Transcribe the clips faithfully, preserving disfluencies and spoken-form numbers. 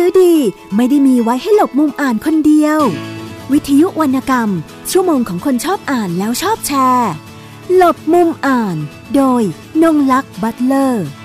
อดีไม่ได้มีไว้ให้หลบมุมอ่านคนเดียววิทยุวรรณกรรมชั่วโมงของคนชอบอ่านแล้วชอบแชร์หลบมุมอ่านโดยนงลักษณ์บัตเลอร์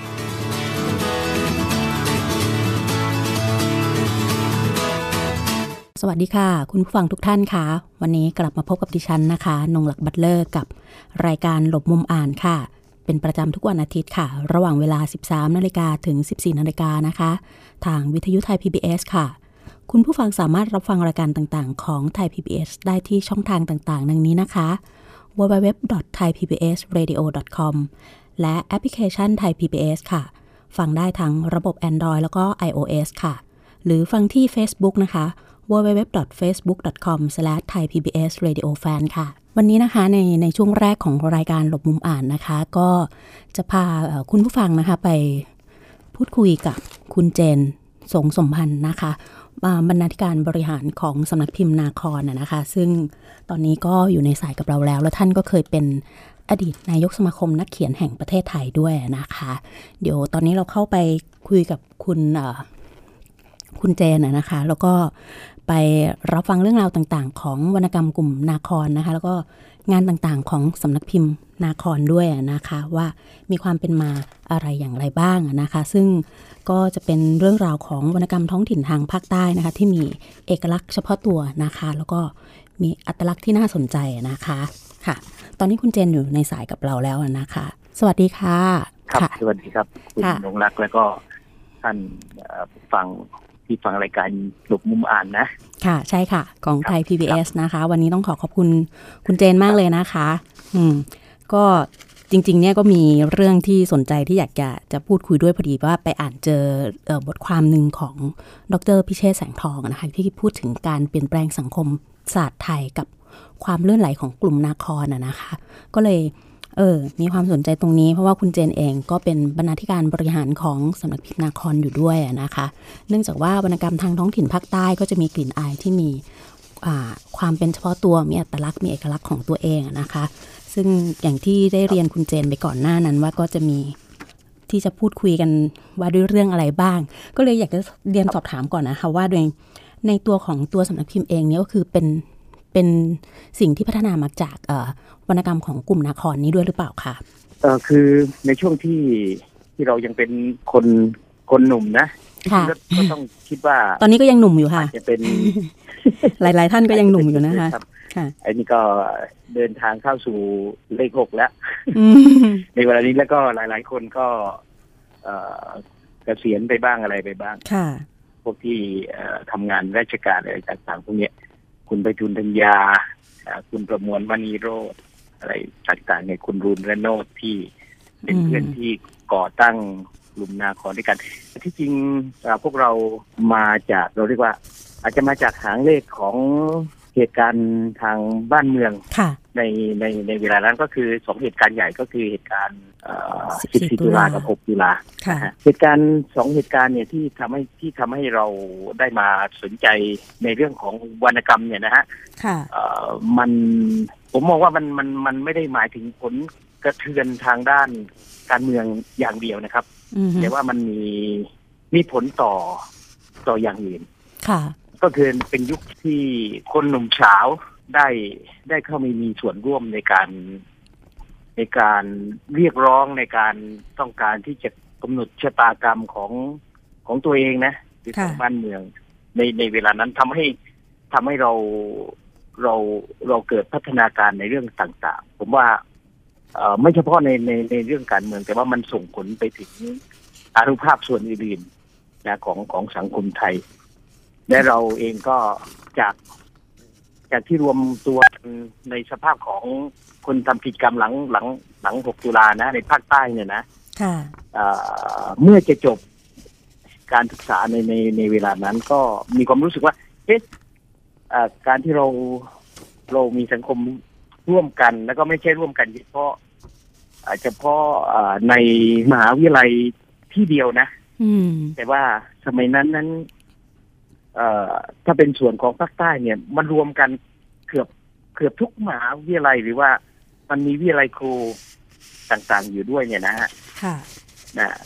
สวัสดีค่ะคุณผู้ฟังทุกท่านค่ะวันนี้กลับมาพบกับดิฉันนะคะนงลักษณ์บัตเลอร์กับรายการหลบมุมอ่านค่ะเป็นประจำทุกวันอาทิตย์ค่ะระหว่างเวลา สิบสามนาฬิกา ถึง สิบสี่นาฬิกานะคะทางวิทยุไทย พี บี เอส ค่ะคุณผู้ฟังสามารถรับฟังรายการต่างๆของไทย พี บี เอส ได้ที่ช่องทางต่างๆดังนี้นะคะ ดับเบิลยู ดับเบิลยู ดับเบิลยู ดอท ไทย พี บี เอส เรดิโอ ดอท คอม และแอปพลิเคชัน Thai พี บี เอส ค่ะฟังได้ทั้งระบบ Android แล้วก็ iOS ค่ะหรือฟังที่ Facebook นะคะ ดับเบิลยู ดับเบิลยู ดับเบิลยู ดอท เฟซบุ๊ก ดอท คอม สแลช ไทย พี บี เอส เรดิโอ แฟน ค่ะวันนี้นะคะในในช่วงแรกของรายการหลบมุมอ่านนะคะก็จะพาคุณผู้ฟังนะคะไปพูดคุยกับคุณเจนสงสมพันธ์นะคะบรรณาธิการบริหารของสำนักพิมพ์นาครนะคะซึ่งตอนนี้ก็อยู่ในสายกับเราแล้วแล้วท่านก็เคยเป็นอดีตนายกสมาคมนักเขียนแห่งประเทศไทยด้วยนะคะเดี๋ยวตอนนี้เราเข้าไปคุยกับคุณคุณเจนนะคะแล้วก็ไปรับฟังเรื่องราวต่างๆของวรรณกรรมกลุ่มนาครนะคะแล้วก็งานต่างๆของสำนักพิมพ์นาครด้วยนะคะว่ามีความเป็นมาอะไรอย่างไรบ้างนะคะซึ่งก็จะเป็นเรื่องราวของวรรณกรรมท้องถิ่นทางภาคใต้นะคะที่มีเอกลักษณ์เฉพาะตัวนะคะแล้วก็มีอัตลักษณ์ที่น่าสนใจนะคะค่ะตอนนี้คุณเจนอยู่ในสายกับเราแล้วนะคะสวัสดีค่ะครับสวัสดีครับคุณนงลักษณ์แล้วก็ท่านฟังที่ฟังรายการหลบมุมอ่านนะค่ะใช่ค่ะของไทย พี บี เอส นะคะวันนี้ต้องขอขอบคุณคุณเจนมากเลยนะคะอืมก็จริงๆเนี่ยก็มีเรื่องที่สนใจที่อยากจะจะพูดคุยด้วยพอดีว่าไปอ่านเจอเอ่อบทความหนึ่งของดร.พิเชษฐ์แสงทองนะคะที่พูดถึงการเปลี่ยนแปลงสังคมศาสตร์ไทยกับความเลื่อนไหลของกลุ่มนาครน่ะนะคะก็เลยเออมีความสนใจตรงนี้เพราะว่าคุณเจนเองก็เป็นบรรณาธิการบริหารของสำนักพิมพ์นาครอยู่ด้วยนะคะเนื่องจากว่าวรรณกรรมทางท้องถิ่นภาคใต้ก็จะมีกลิ่นอายที่มีความเป็นเฉพาะตัวมีอัตลักษณ์มีเอกลักษณ์ของตัวเองนะคะซึ่งอย่างที่ได้เรียนคุณเจนไปก่อนหน้านั้นว่าก็จะมีที่จะพูดคุยกันว่าด้วยเรื่องอะไรบ้างก็เลยอยากจะเรียนสอบถามก่อนนะคะว่าโดยในตัวของตัวสำนักพิมพ์เองเนี่ยก็คือเป็นเป็นสิ่งที่พัฒนามาจากวรรณกรรมของกลุ่มนาครนี้ด้วยหรือเปล่าคะเออคือในช่วงที่ที่เรายังเป็นคนคนหนุ่มนะก็ต้องคิดว่าตอนนี้ก็ยังหนุ่มอยู่ค่ะจะเป็นหลายๆท่านก็ยังหนุ่มอยู่นะคะค่ะไอ้นี่ก็เดินทางเข้าสู่เลขหกแล้วในเวลานี้แล้วก็หลายๆคนก็เกษียณไปบ้างอะไรไปบ้างค่ะพวกที่ทำงานราชการอะไรต่างๆพวกนี้คุณไพฑูรย์ธัญญาคุณประมวลมณีโรจน์อะไรต่างๆเนี่ยคุณรุนและโนดที่เป็นเพื่อนที่ก่อตั้งกลุ่มนาครด้วยกันที่จริงพวกเรามาจากเราเรียกว่าอาจจะมาจากหางเลขของเหตุการณ์ทางบ้านเมืองในในในเวลานั้นก็คือสองเหตุการณ์ใหญ่ก็คือเหตุการณ์สิบสี่ตุลากับหกตุลาเหตุการณ์สองเหตุการณ์เนี่ยที่ทำให้ที่ทำให้เราได้มาสนใจในเรื่องของวรรณกรรมเนี่ยนะฮะมันผมมองว่ามันมันมันไม่ได้หมายถึงผลกระเทือนทางด้านการเมืองอย่างเดียวนะครับแต่ว่ามันมีมีผลต่อต่ออย่างอื่นก็คือเป็นยุคที่คนหนุ่มสาวได้ได้เข้ามามีส่วนร่วมในการในการเรียกร้องในการต้องการที่จะกำหนดชะตากรรมของของตัวเองนะหรือของบ้านเมืองในในเวลานั้นทำให้ทำให้เราเราเราเกิดพัฒนาการในเรื่องต่างๆผมว่าเอ่อไม่เฉพาะในในในเรื่องการเมืองแต่ว่ามันส่งผลไปถึงอานุภาพส่วนอื่นๆนะของของสังคมไทยและเราเองก็จากจากที่รวมตัวในสภาพของคนทำกิจกรรมหลังหลังหลังหกตุลานะในภาคใต้เนี่ยนะเมื่อจะจบการศึกษาในในในเวลานั้นก็มีความรู้สึกว่าเอ๊ะการที่เราเรามีสังคมร่วมกันแล้วก็ไม่ใช่ร่วมกันเฉพาะเฉพาะในมหาวิทยาลัยที่เดียวนะแต่ว่าสมัยนั้นนั้นถ้าเป็นส่วนของภาคใต้เนี่ยมันรวมกันเกือบเกือบทุกมหาวิทยาลัยหรือว่ามันมีวิทยาลัยครูต่างๆอยู่ด้วยเนี่ยนะฮะนะ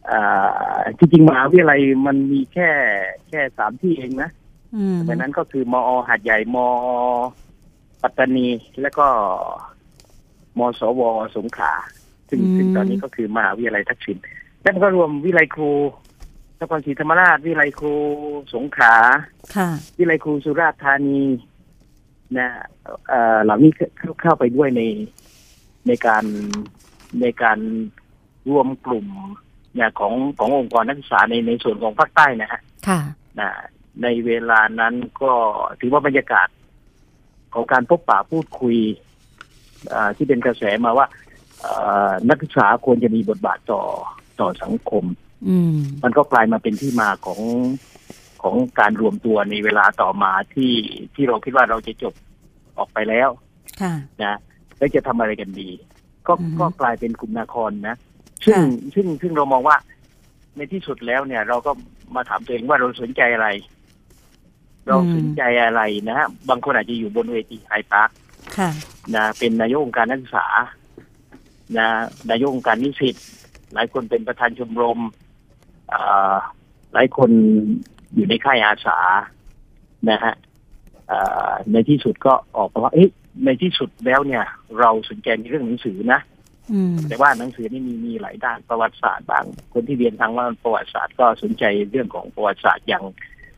จริงๆมหาวิทยาลัยมันมีแค่แค่สามที่เองนะดังนั้นก็คือมอหาดใหญ่มอปัตตานีและก็มสวสงขลาซึ่งซึ่งตอนนี้ก็คือมหาวิทยาลัยทักษิณแล้วก็รวมวิทยาลัยครูนครศรีธรรมราชวิทยาลัยครูสงขลาวิทยาลัยครูสุราษฎร์ธานีนะเอ่อเหล่านี้เข้าเข้าไปด้วยในในการในการรวมกลุ่มเนี่ยของขององค์กรนักศึกษาในในส่วนของภาคใต้นะฮะค่ะนะในเวลานั้นก็ถือว่าบรรยากาศของการพบปะพูดคุยที่เป็นกระแสมาว่านักศึกษาควรจะมีบทบาทต่อต่อสังคมมันก็กลายมาเป็นที่มาของของการรวมตัวในเวลาต่อมาที่ที่เราคิดว่าเราจะจบออกไปแล้วนะแล้วจะทำอะไรกันดีก็ก็กลายเป็นกลุ่มนาครนะซึ่งซึ่งซึ่งเรามองว่าในที่สุดแล้วเนี่ยเราก็มาถามตัวเองว่าเราสนใจอะไรเราสนใจอะไรนะฮะบางคนอาจจะอยู่บนเวทีไฮพาร์คนะเป็นนายกองค์การนักศึกษานะนายกองค์การนิสิตหลายคนเป็นประธานชมรมหลายคนอยู่ในค่ายอาสานะฮะในที่สุดก็ออกมาว่าเอ๊ะในที่สุดแล้วเนี่ยเราสนใจในเรื่องหนังสือนะแต่ว่าหนังสือนี่มีมีหลายด้านประวัติศาสตร์บางคนที่เรียนทางว่าประวัติศาสตร์ก็สนใจเรื่องของประวัติศาสตร์อย่าง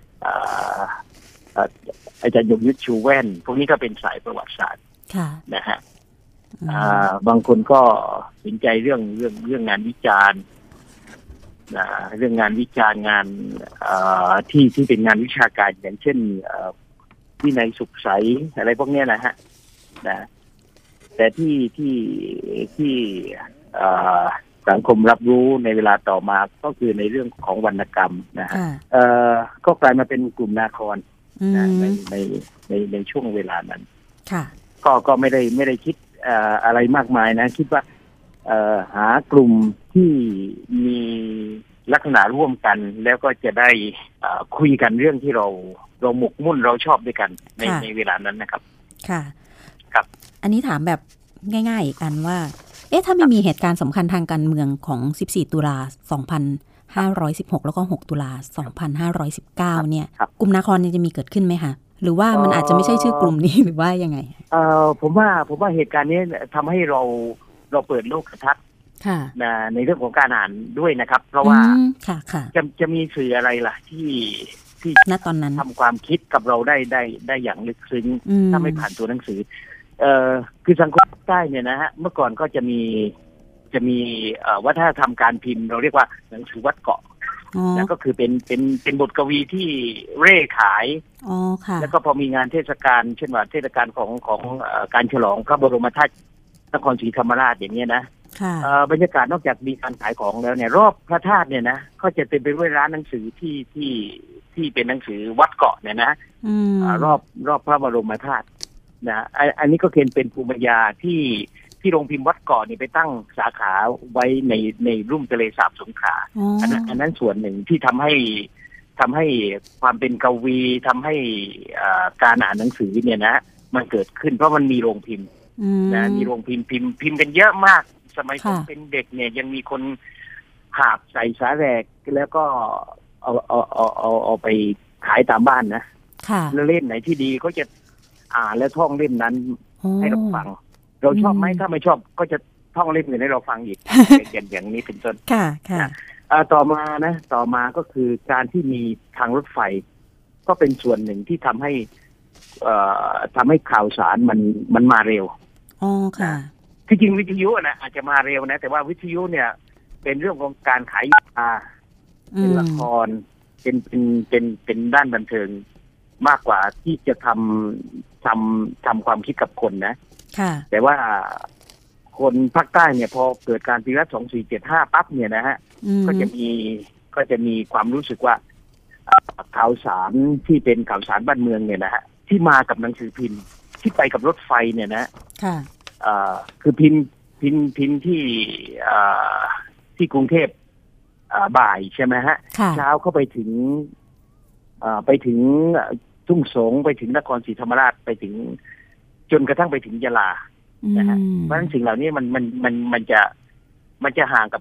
อาจารย์ยงยุทธชูแว่นพวกนี้ก็เป็นสายประวัติศาสตร์นะฮะบางคนก็สนใจเรื่องเรื่องเรื่องงานวิจารณ์นะเรื่องงานวิจารณ์งานที่ที่เป็นงานวิชาการอย่างเช่นวินัยสุขใสอะไรพวกนี้นะฮะนะแต่ที่ที่ที่สังคมรับรู้ในเวลาต่อมาก็คือในเรื่องของวรรณกรรมนะฮะก็กลายมาเป็นกลุ่มนาครนะในในในในช่วงเวลานั้นก็ก็ไม่ได้ไม่ได้คิดอะไรมากมายนะคิดว่าหากลุ่มที่มีลักษณะร่วมกันแล้วก็จะได้คุยกันเรื่องที่เราเราหมกมุ่นเราชอบด้วยกันในในเวลานั้นนะครับค่ะครับอันนี้ถามแบบง่ายๆอีกอันว่าเอ๊ะถ้าไม่มีเหตุการณ์สำคัญทางการเมืองของสิบสี่ตุลาสองพันห้าร้อยสิบหกแล้วก็หกตุลาสองพันห้าร้อยสิบเก้าเนี่ยกลุ่มนาครจะมีเกิดขึ้นไหมคะหรือว่ามันอาจจะไม่ใช่ชื่อกลุ่มนี้หรือว่ายังไงเอ่อผมว่าผมว่าเหตุการณ์นี้ทำให้เราเราเปิดโลกทัศน์นะในเรื่องของการอ่านด้วยนะครับเพราะว่าจะจะมีสื่ออะไรล่ะที่ที่ณตอนนั้นทำความคิดกับเราได้ได้ได้อย่างลึกซึ้งถ้าไม่ผ่านตัวหนังสือเอ่อคือสังคมใต้เนี่ยนะฮะเมื่อก่อนก็จะมีจะมีวัฒนธรรมการพิมพ์เราเรียกว่าหนังสือวัดเกาะแล้วก็คือเป็นเป็นเป็นบทกวีที่เร่ขายแล้วก็พอมีงานเทศกาลเช่นว่าเทศกาลของของการฉลองพระบรมธาตุนครศรีธรรมราชอย่างเงี้ยนะบรรยากาศนอกจากมีการขายของแล้วเนี่ยรอบพระธาตุเนี่ยนะก็จะเต็มไปด้วยร้านหนังสือที่ที่ที่เป็นหนังสือวัดเกาะเนี่ยนะรอบรอบพระบรมธาตุนะอันนี้ก็เป็นเป็นภูมิปัญญาที่ที่โรงพิมพ์วัดเกาะนี่ไปตั้งสาขาไว้ในในรุ่มทะเลสาบสงขลาอันนั้นอันนั้นส่วนหนึ่งที่ทำให้ทำให้ความเป็นกวีทำให้การอ่านหนังสือเนี่ยนะมันเกิดขึ้นเพราะมันมีโรงพิมพ์นะมีโรงพิมพ์พิมพ์พิมพ์กันเยอะมากสมัยผมเป็นเด็กเนี่ยยังมีคนหาบใส่สาแหรกแล้วก็เอาเอาเอาเอาเอาไปขายตามบ้านนะแล้วเล่มไหนที่ดีก็จะอ่านและท่องเล่มนั้นให้เราฟังเราชอบไหมถ้าไม่ชอบก็จะท่องเล่มอื่นให้เราฟังอีก อย่างอย่างนี้เป็นต้นค่ะค่ะต่อมานะต่อมาก็คือการที่มีทางรถไฟก็เป็นส่วนหนึ่งที่ทำให้ทำให้ข่าวสารมันมันมาเร็วอ๋อค่ะที่จริงวิทยุนะอาจจะมาเร็วนะแต่ว่าวิทยุเนี่ยเป็นเรื่องของการขายยาเป็นละครเป็นเป็นเป็นเป็นด้านบันเทิงมากกว่าที่จะทำทำทำความคิดกับคนนะแต่ว่าคนภาคใต้เนี่ยพอเกิดการปฏิวัติสองสี่เจ็ดห้าปั๊บเนี่ยนะฮะก็จะมีก็จะมีความรู้สึกว่าข่าวสารที่เป็นข่าวสารบ้านเมืองเนี่ยนะฮะที่มากับหนังสือพิมพ์ที่ไปกับรถไฟเนี่ยนะค่ะคือพิมพ์พิมพ์พิมพ์ที่ที่กรุงเทพบ่ายใช่ไหมฮะเช้าเข้าไปถึงไปถึงทุ่งสงไปถึงนครศรีธรรมราชไปถึงจนกระทั่งไปถึงยะลานะฮะเพราะฉะนั้นสิ่งเหล่านี้มันมันมันมันจะมันจะห่างกับ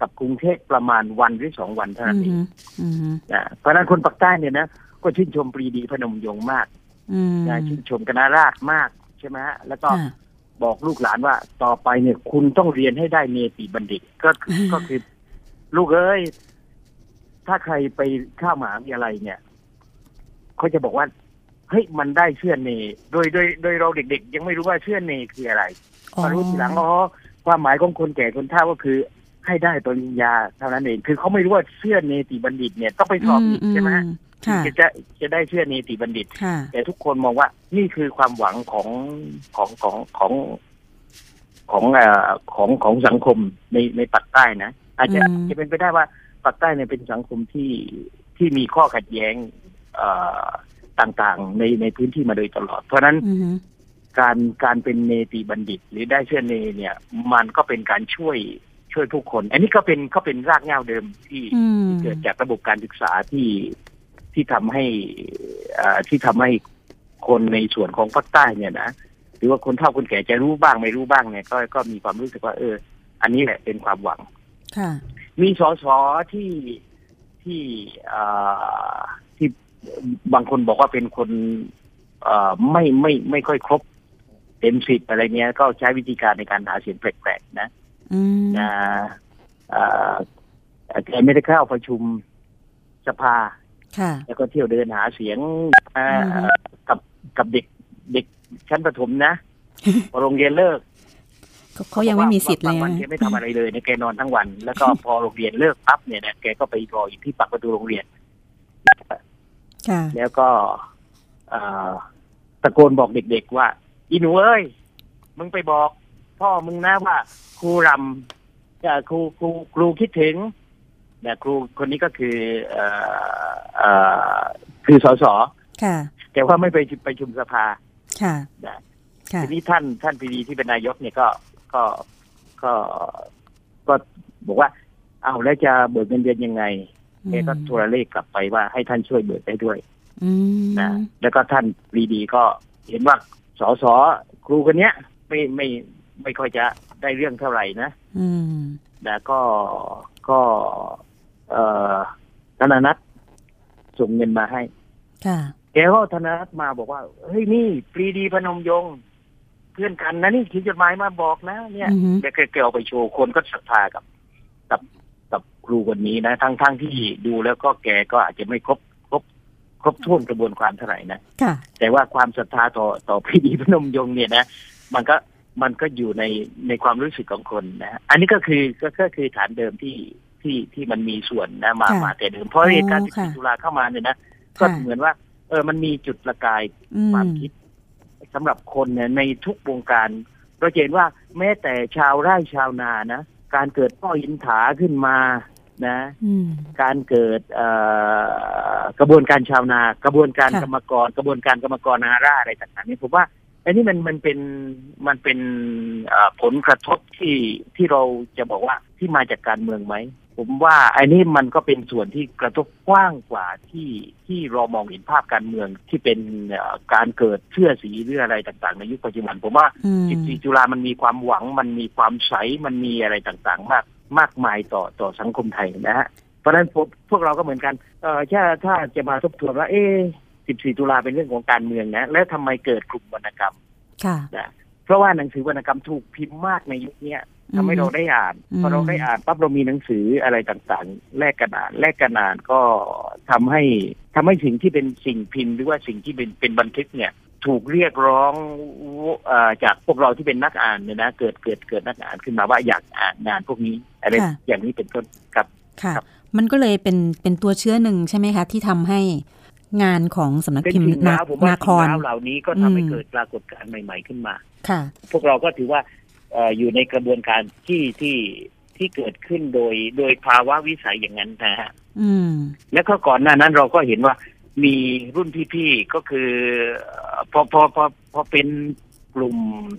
กับกรุงเทพประมาณวันหรือสองวันเท่านั้นเองอืมนะเพราะฉะนั้นคนภาคใต้เนี่ยนะก็ชื่นชมปรีดีพนมยงค์มากนะชื่นชมคณะราษฎรมากใช่ไหมฮะแล้วก็บอกลูกหลานว่าต่อไปเนี่ยคุณต้องเรียนให้ได้เนติบัณฑิตก็ก็คือลูกเอ้ยถ้าใครไปเข้ามหาวิทยาลัยเนี่ยเขาจะบอกว่าเฮ้ยมันได้เชื่อเนโดยโดยโดยเราเด็กๆยังไม่รู้ว่าเชื่อเนคืออะไรมารู้ทีหลังอ๋อความหมายของคนแก่คนเฒ่าก็คือให้ได้ปริญญาเท่านั้นเองคือเขาไม่รู้ว่าเชื่อเนติบัณฑิตเนี่ยต้องไปสอบอีกใช่ไหมจะจะจะได้เชื่อเนติบัณฑิตแต่ทุกคนมองว่านี่คือความหวังของของของของของเอ่อของของสังคมในในปากใต้นะอาจจะจะเป็นไปได้ว่าปากใต้เนี่ยเป็นสังคมที่ที่มีข้อขัดแย้งเอ่อต่างๆในในพื้นที่มาโดยตลอดเพราะนั้นการการเป็นเนติบัณฑิตหรือได้เชื่อเนเนี่ยมันก็เป็นการช่วยช่วยผู้คนอันนี้ก็เป็นก็เป็นรากเหง้าเดิมที่เกิดจากระบบการศึกษาที่ที่ทำให้อ่าที่ทำให้คนในส่วนของภาคใต้เนี่ยนะหรือว่าคนเฒ่าคนแก่จะรู้บ้างไม่รู้บ้างเนี่ยก็ก็มีความรู้สึกว่าเอออันนี้แหละเป็นความหวังมีสสที่ที่อ่าที่บางคนบอกว่าเป็นคนอ่าไม่ไม่ไม่ค่อยครบเต็มสิบอะไรเงี้ยก็ใช้วิธีการในการหาเสียงแปลกๆนะนะอ่าแกไม่ได้เข้าประชุมสภาแล้วก็เที่ยวเดินหาเสียงกับกับเด็กเด็กชั้นประถมนะพอโรงเรียนเลิกเขายังไม่มีสิทธิ์เลยวันแกไม่ทำอะไรเลยเนี่ยแกนอนทั้งวันแล้วก็พอโรงเรียนเลิกปั๊บเนี่ยนะแกก็ไปรออยู่ที่ปากประตูโรงเรียนแล้วก็ตะโกนบอกเด็กๆว่าอีหนูเอ้ยมึงไปบอกพ่อมึงนะว่าครูรำครูครูครูคิดถึงแต่ครูคนนี้ก็คือเอ่อเอ่อคือสสค่ะแต่ว่าไม่ไปไปชุมสภาค่ะนะทีนี้ท่านท่านปรีดีที่เป็นนายกเนี่ยก็ก็ก็ก็บอกว่าเอาแล้วจะเบิกเงินเดือนยังไงแกก็โทรเลขกลับไปว่าให้ท่านช่วยเบิกได้ด้วยนะแล้วก็ท่านปรีดีก็เห็นว่าสสครูคนเนี้ยไม่ไม่ไม่ค่อยจะได้เรื่องเท่าไหร่นะแต่ก็ก็เอ่อธนานัทส่งเงินมาให้แกก็ธนานัทมาบอกว่าเฮ้ยนี่ปรีดีพนมยงค์เพื่อนกันนะนี่เขียนจดหมายมาบอกนะเนี่ยแกแกเอาไปโชว์คนก็ศรัทธากับกับกับครูคนนี้นะทั้งทั้งที่ดูแล้วก็แกก็อาจจะไม่ครบครบครบถ้วนกระบวนการเท่าไหร่นะแต่ว่าความศรัทธาต่อต่อปรีดีพนมยงค์เนี่ยนะมันก็มันก็อยู่ในในความรู้สึกของคนนะอันนี้ก็คือก็ก็คือฐานเดิมที่ที่ที่มันมีส่วนนะมามาแต่เดิมเพราะเหตุการณ์สิบสี่ตุลาเข้ามาเนี่ยนะก็เหมือนว่าเออมันมีจุดประกายความคิดสำหรับคนเนี่ยในทุกวงการเราเห็นว่าแม้แต่ชาวไร่ชาวนานะการเกิดพ่ออินถาขึ้นมานะการเกิดกระบวนการชาวนากระบวนการกรรมกรกระบวนการกรรมกรนาราอะไรต่างๆนี่ผมว่าอันนี้มันมันเป็นมันเป็นผลกระทบที่ที่เราจะบอกว่าที่มาจากการเมืองไหมผมว่าอันนี้มันก็เป็นส่วนที่กระทบกว้างกว่าที่ที่เรามองเห็นภาพการเมืองที่เป็นการเกิดเชื่อสีหรืออะไรต่างๆในยุคปัจจุบันผมว่าสิบสี่ตุลามันมีความหวังมันมีความใสมันมีอะไรต่างๆมากมากมายต่อต่อสังคมไทยนะฮะเพราะฉะนั้นพวกพวกเราก็เหมือนกันเออถ้าถ้าจะมาทบทวนว่าเอ๊ะสิบสี่ตุลาเป็นเรื่องของการเมืองนะแล้วทำไมเกิดกลุ่มวรรณกรรมค่ะนะเพราะว่าหนังสือวรรณกรรมถูกพิมพ์มากในยุคนี้ทำให้เราได้อ่านพอเราได้อ่านปั๊บเรามีหนังสืออะไรต่างๆแลกกันอ่านแลกกันอ่านก็ทำให้ทำให้สิ่งที่เป็นสิ่งพิมพ์หรือว่าสิ่งที่เป็นเป็นบันทึกเนี่ยถูกเรียกร้องจากพวกเราที่เป็นนักอ่านเนี่ยนะเกิดเกิดเกิดนักอ่านขึ้นมาว่าอยากอ่านงานพวกนี้อะไรอย่างนี้เป็นต้นครับค่ะมันก็เลยเป็นเป็นตัวเชื้อหนึ่งใช่ไหมคะที่ทำให้งานของสำนักพิมพ์นาครเหล่านี้ก็ทำให้เกิดปรากฏการณ์ใหม่ๆขึ้นมาค่ะพวกเราก็ถือว่าอยู่ในกระบวนการที่ที่ที่เกิดขึ้นโดยโดยภาวะวิสัยอย่างนั้นนะฮะแล้วก็ก่อนหน้านั้นเราก็เห็นว่ามีรุ่นพี่ๆก็คือพอพอพอพอเป็นกลุ่ม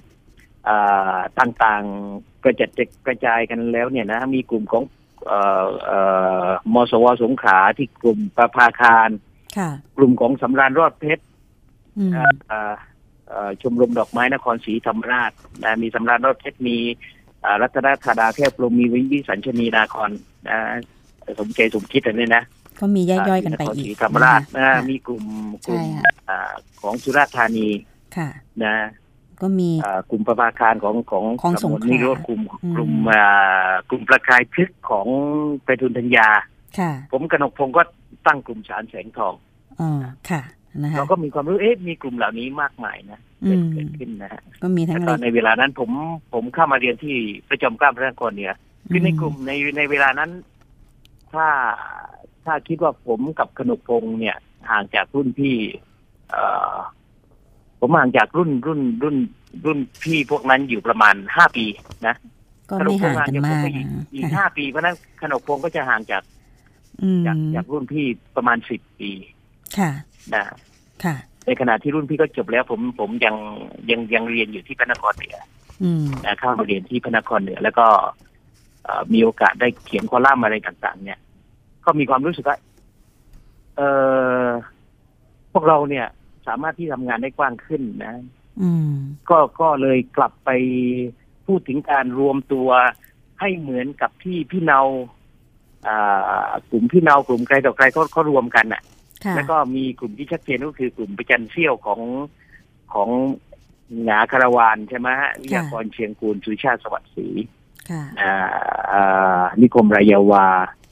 ต่างๆกระจัดกระจายกันแล้วเนี่ยนะมีกลุ่มของมสวสงขลาที่กลุ่มประภาคารกลุ่มของสำราญรอดเพชรชมรมดอกไม้นครศรีธรรมราชนะมีสำราญรอดเพชรมีรัตนธาดาเทพพรหมมีวิสัญชนีนาครนะสมใจสมคิดอันนี้นะก็มีย่อยๆกันไปอีกธรรมราชนะมีกลุ่มกลุ่มของสุราษฎร์ธานีนะก็มีกลุ่มประภาคารของของของสงขลามีรถกลุ่มกลุ่มกลุ่มประกายพฤกษ์ของไพฑูรย์ธัญญาผมกนกพงศ์ก็ตั้งกลุ่มสารแสงทองอ๋อค่ะนะคะเราก็มีความรู้เอ๊ะมีกลุ่มเหล่านี้มากมายนะเกิดขึ้นนะฮะก็มีทั้งตอนในเวลานั้นผมผมเข้ามาเรียนที่พระจอมเกล้าพระนครเนี่ยคือในกลุ่มในในเวลานั้นถ้าถ้าคิดว่าผมกับกนกพงศ์เนี่ยห่างจากรุ่นพี่เอ่อผมห่างจากรุ่นรุ่นรุ่นรุ่นพี่พวกนั้นอยู่ประมาณห้าปีนะก็ไม่ห่างกันมากอีกห้าปีเพราะนั้นกนกพงศ์ก็จะห่างจากจากจากรุ่นพี่ประมาณสิบปีค่ะนะค่ะในขณะที่รุ่นพี่ก็จบแล้วผมผมยังยังยังเรียนอยู่ที่พระนครเหนือนะเข้ามาเรียนที่พระนครเหนือแล้วก็มีโอกาสได้เขียนคอลัมน์อะไรต่างๆเนี่ยก็มีความรู้สึกว่าเออพวกเราเนี่ยสามารถที่ทำงานได้กว้างขึ้นนะก็ก็เลยกลับไปพูดถึงการรวมตัวให้เหมือนกับที่พี่เนากลุ่มพี่เนากลุ่มใครต่อใครเขาเขารวมกันน่ะแล้วก็มีกลุ่มที่ชัดเจนก็คือกลุ่มประจันเซี่ยวของของหงาคารวานใช่ไหมฮะวิทยากรเชียงกูลสุชาติสวัสดิ์ศรีนิคมรายาวา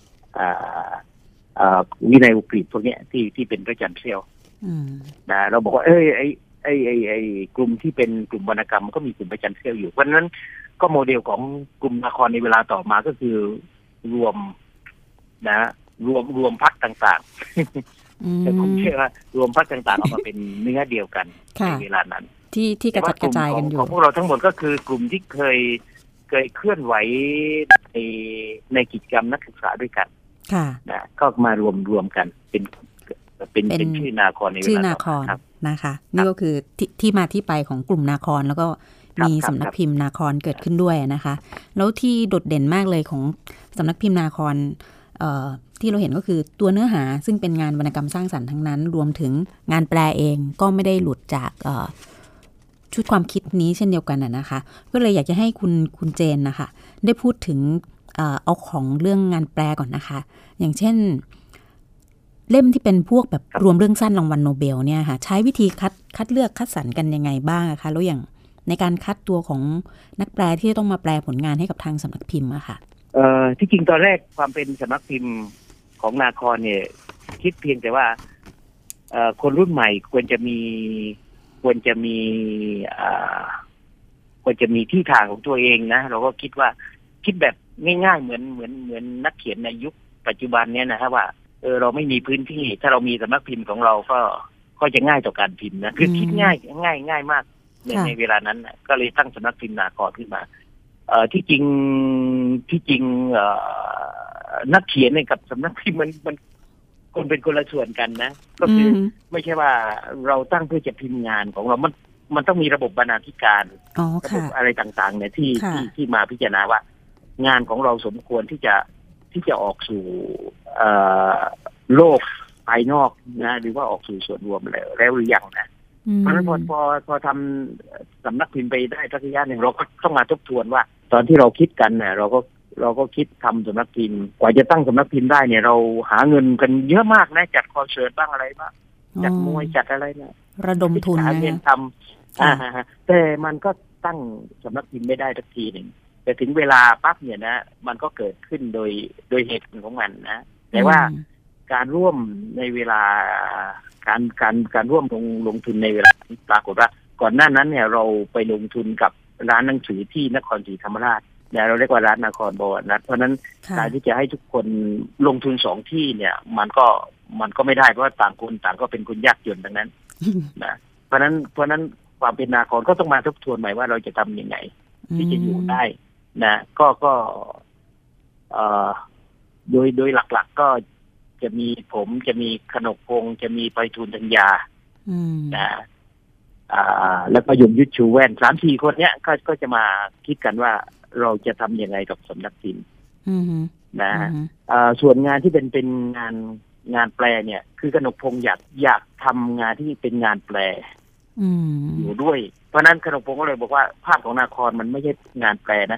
วินัยอุกฤษพวกนี้ที่ที่เป็นประจันเซี่ยวนะเราบอกว่าเอ้ยไอ้ไอ้ไอ้ไอ้กลุ่มที่เป็นกลุ่มวรรณกรรมก็มีกลุ่มประจันเซี่ยวอยู่เพราะนั้นก็โมเดลของกลุ่มนครในเวลาต่อมาก็คือรวมนะรวมรวมพรรคต่างๆแต่ผมเชื่อว่ารวมพรรคต่างๆออกมาเป็นเนื้อเดียวกันในเวลานั้นที่ที่กระจัดกระจายกันอยู่ของพวกเราทั้งหมดก็คือกลุ่มที่เคยเคยเคลื่อนไหวในในกิจกรรมนักศึกษาด้วยกันนะก็มารวมรวมกันเป็นเป็นเป็นชื่อนาครในเวลาชื่อนาครนะคะนี่ก็คือที่ที่มาที่ไปของกลุ่มนาครแล้วก็มีสำนักพิมพ์นาครเกิดขึ้นด้วยนะคะแล้วที่โดดเด่นมากเลยของสำนักพิมพ์นาครที่เราเห็นก็คือตัวเนื้อหาซึ่งเป็นงานวรรณกรรมสร้างสรรค์ทั้งนั้นรวมถึงงานแปลเองก็ไม่ได้หลุดจากชุดความคิดนี้เช่นเดียวกันนะคะก็เลยอยากจะให้คุณคุณเจนนะคะได้พูดถึงเอาของเรื่องงานแปลก่อนนะคะอย่างเช่นเล่มที่เป็นพวกแบบรวมเรื่องสั้นรางวัลโนเบลเนี่ยค่ะใช้วิธีคัดคัดเลือกคัดสรรกันยังไงบ้างคะแล้วอย่างในการคัดตัวของนักแปลที่ต้องมาแปลผลงานให้กับทางสำนักพิมพ์อะค่ะเอ่อที่จริงตอนแรกความเป็นสำนักพิมพ์ของนาครเนี่ยคิดเพียงแต่ว่าเอ่อคนรุ่นใหม่ควรจะมีควรจะมีอ่าควรจะมีที่ทางของตัวเองนะเราก็คิดว่าคิดแบบง่ายๆเหมือนเหมือนเหมือนนักเขียนในยุคปัจจุบันเนี่ยนะครับว่าเออเราไม่มีพื้นที่ถ้าเรามีสำนักพิมพ์ของเราก็ก็จะง่ายต่อการพิมพ์นะคือคิดง่ายง่ายง่ายมากในในเวลานั้นนะก็เลยตั้งสำนักพิมพ์นาครขึ้นมาเอ่อที่จริงที่จริงเอ่อนักเขียนเนี่ยกับสำนักพิมพ์มันมันคนเป็นคนละส่วนกันนะก็คือไม่ใช่ว่าเราตั้งเพื่อจะพิมพ์งานของเรามันมันต้องมีระบบบรรณาธิการระบบอะไรต่างๆเนี่ยที่ที่ที่มาพิจารณาว่างานของเราสมควรที่จะที่จะออกสู่โลกภายนอกนะหรือว่าออกสู่ส่วนรวมแล้วแล้วหรือยังนะเพราะฉะนั้นพอพอพอทำสำนักพิมพ์ไปได้สักระยะหนึ่งเราก็ต้องมาทบทวนว่าตอนที่เราคิดกันเนี่ยเราก็เราก็คิดทำสำนักพิมพ์กว่าจะตั้งสำนักพิมพ์ได้เนี่ยเราหาเงินกันเยอะมากนะจัดคอนเสิร์ตบ้างอะไรบ้างจัดมวยจัดอะไรเนี่ยระดมทุนนะเงินทำแต่มันก็ตั้งสำนักพิมพ์ไม่ได้สักทีหนึ่งแต่ถึงเวลาปั๊บเนี่ยนะมันก็เกิดขึ้นโดยโดยเหตุผลของมันนะแต่ว่าการร่วมในเวลาการการการร่วมลงลงทุนในเวลาปรากฏว่าก่อนหน้านั้นเนี่ยเราไปลงทุนกับร้านหนังสือที่นครศรีธรรมราชเนี่ยเราเรียกว่าร้านนครบวรนะเพราะนั้นการที่จะให้ทุกคนลงทุนสองที่เนี่ยมันก็มันก็ไม่ได้เพราะว่าต่างคนต่างก็เป็นคนยากจนดังนั้นนะเพราะนั้นเพราะนั้นความเป็นนาครก็ต้องมาทบทวนใหม่ว่าเราจะทำยังไงที่จะอยู่ได้นะก็ก็เอ่อโดยโดยหลักๆก็จะมีผมจะมีกนกพงศ์จะมีไพฑูรย์ธัญญานะอ่าแล้วก็ยงยุทธชูแว่นสามสี่คนเนี้ยก็ก็จะมาคิดกันว่าเราจะทำยังไงกับสำนักพิมพ์นะอ่าส่วนงานที่เป็นเป็นงานงานแปลเนี่ยคือกนกพงศ์อยากอยากทำงานที่เป็นงานแปลอยู่ด้วยเพราะนั้นกนกพงศ์ก็เลยบอกว่าภาพของนาครมันไม่ใช่งานแปลนะ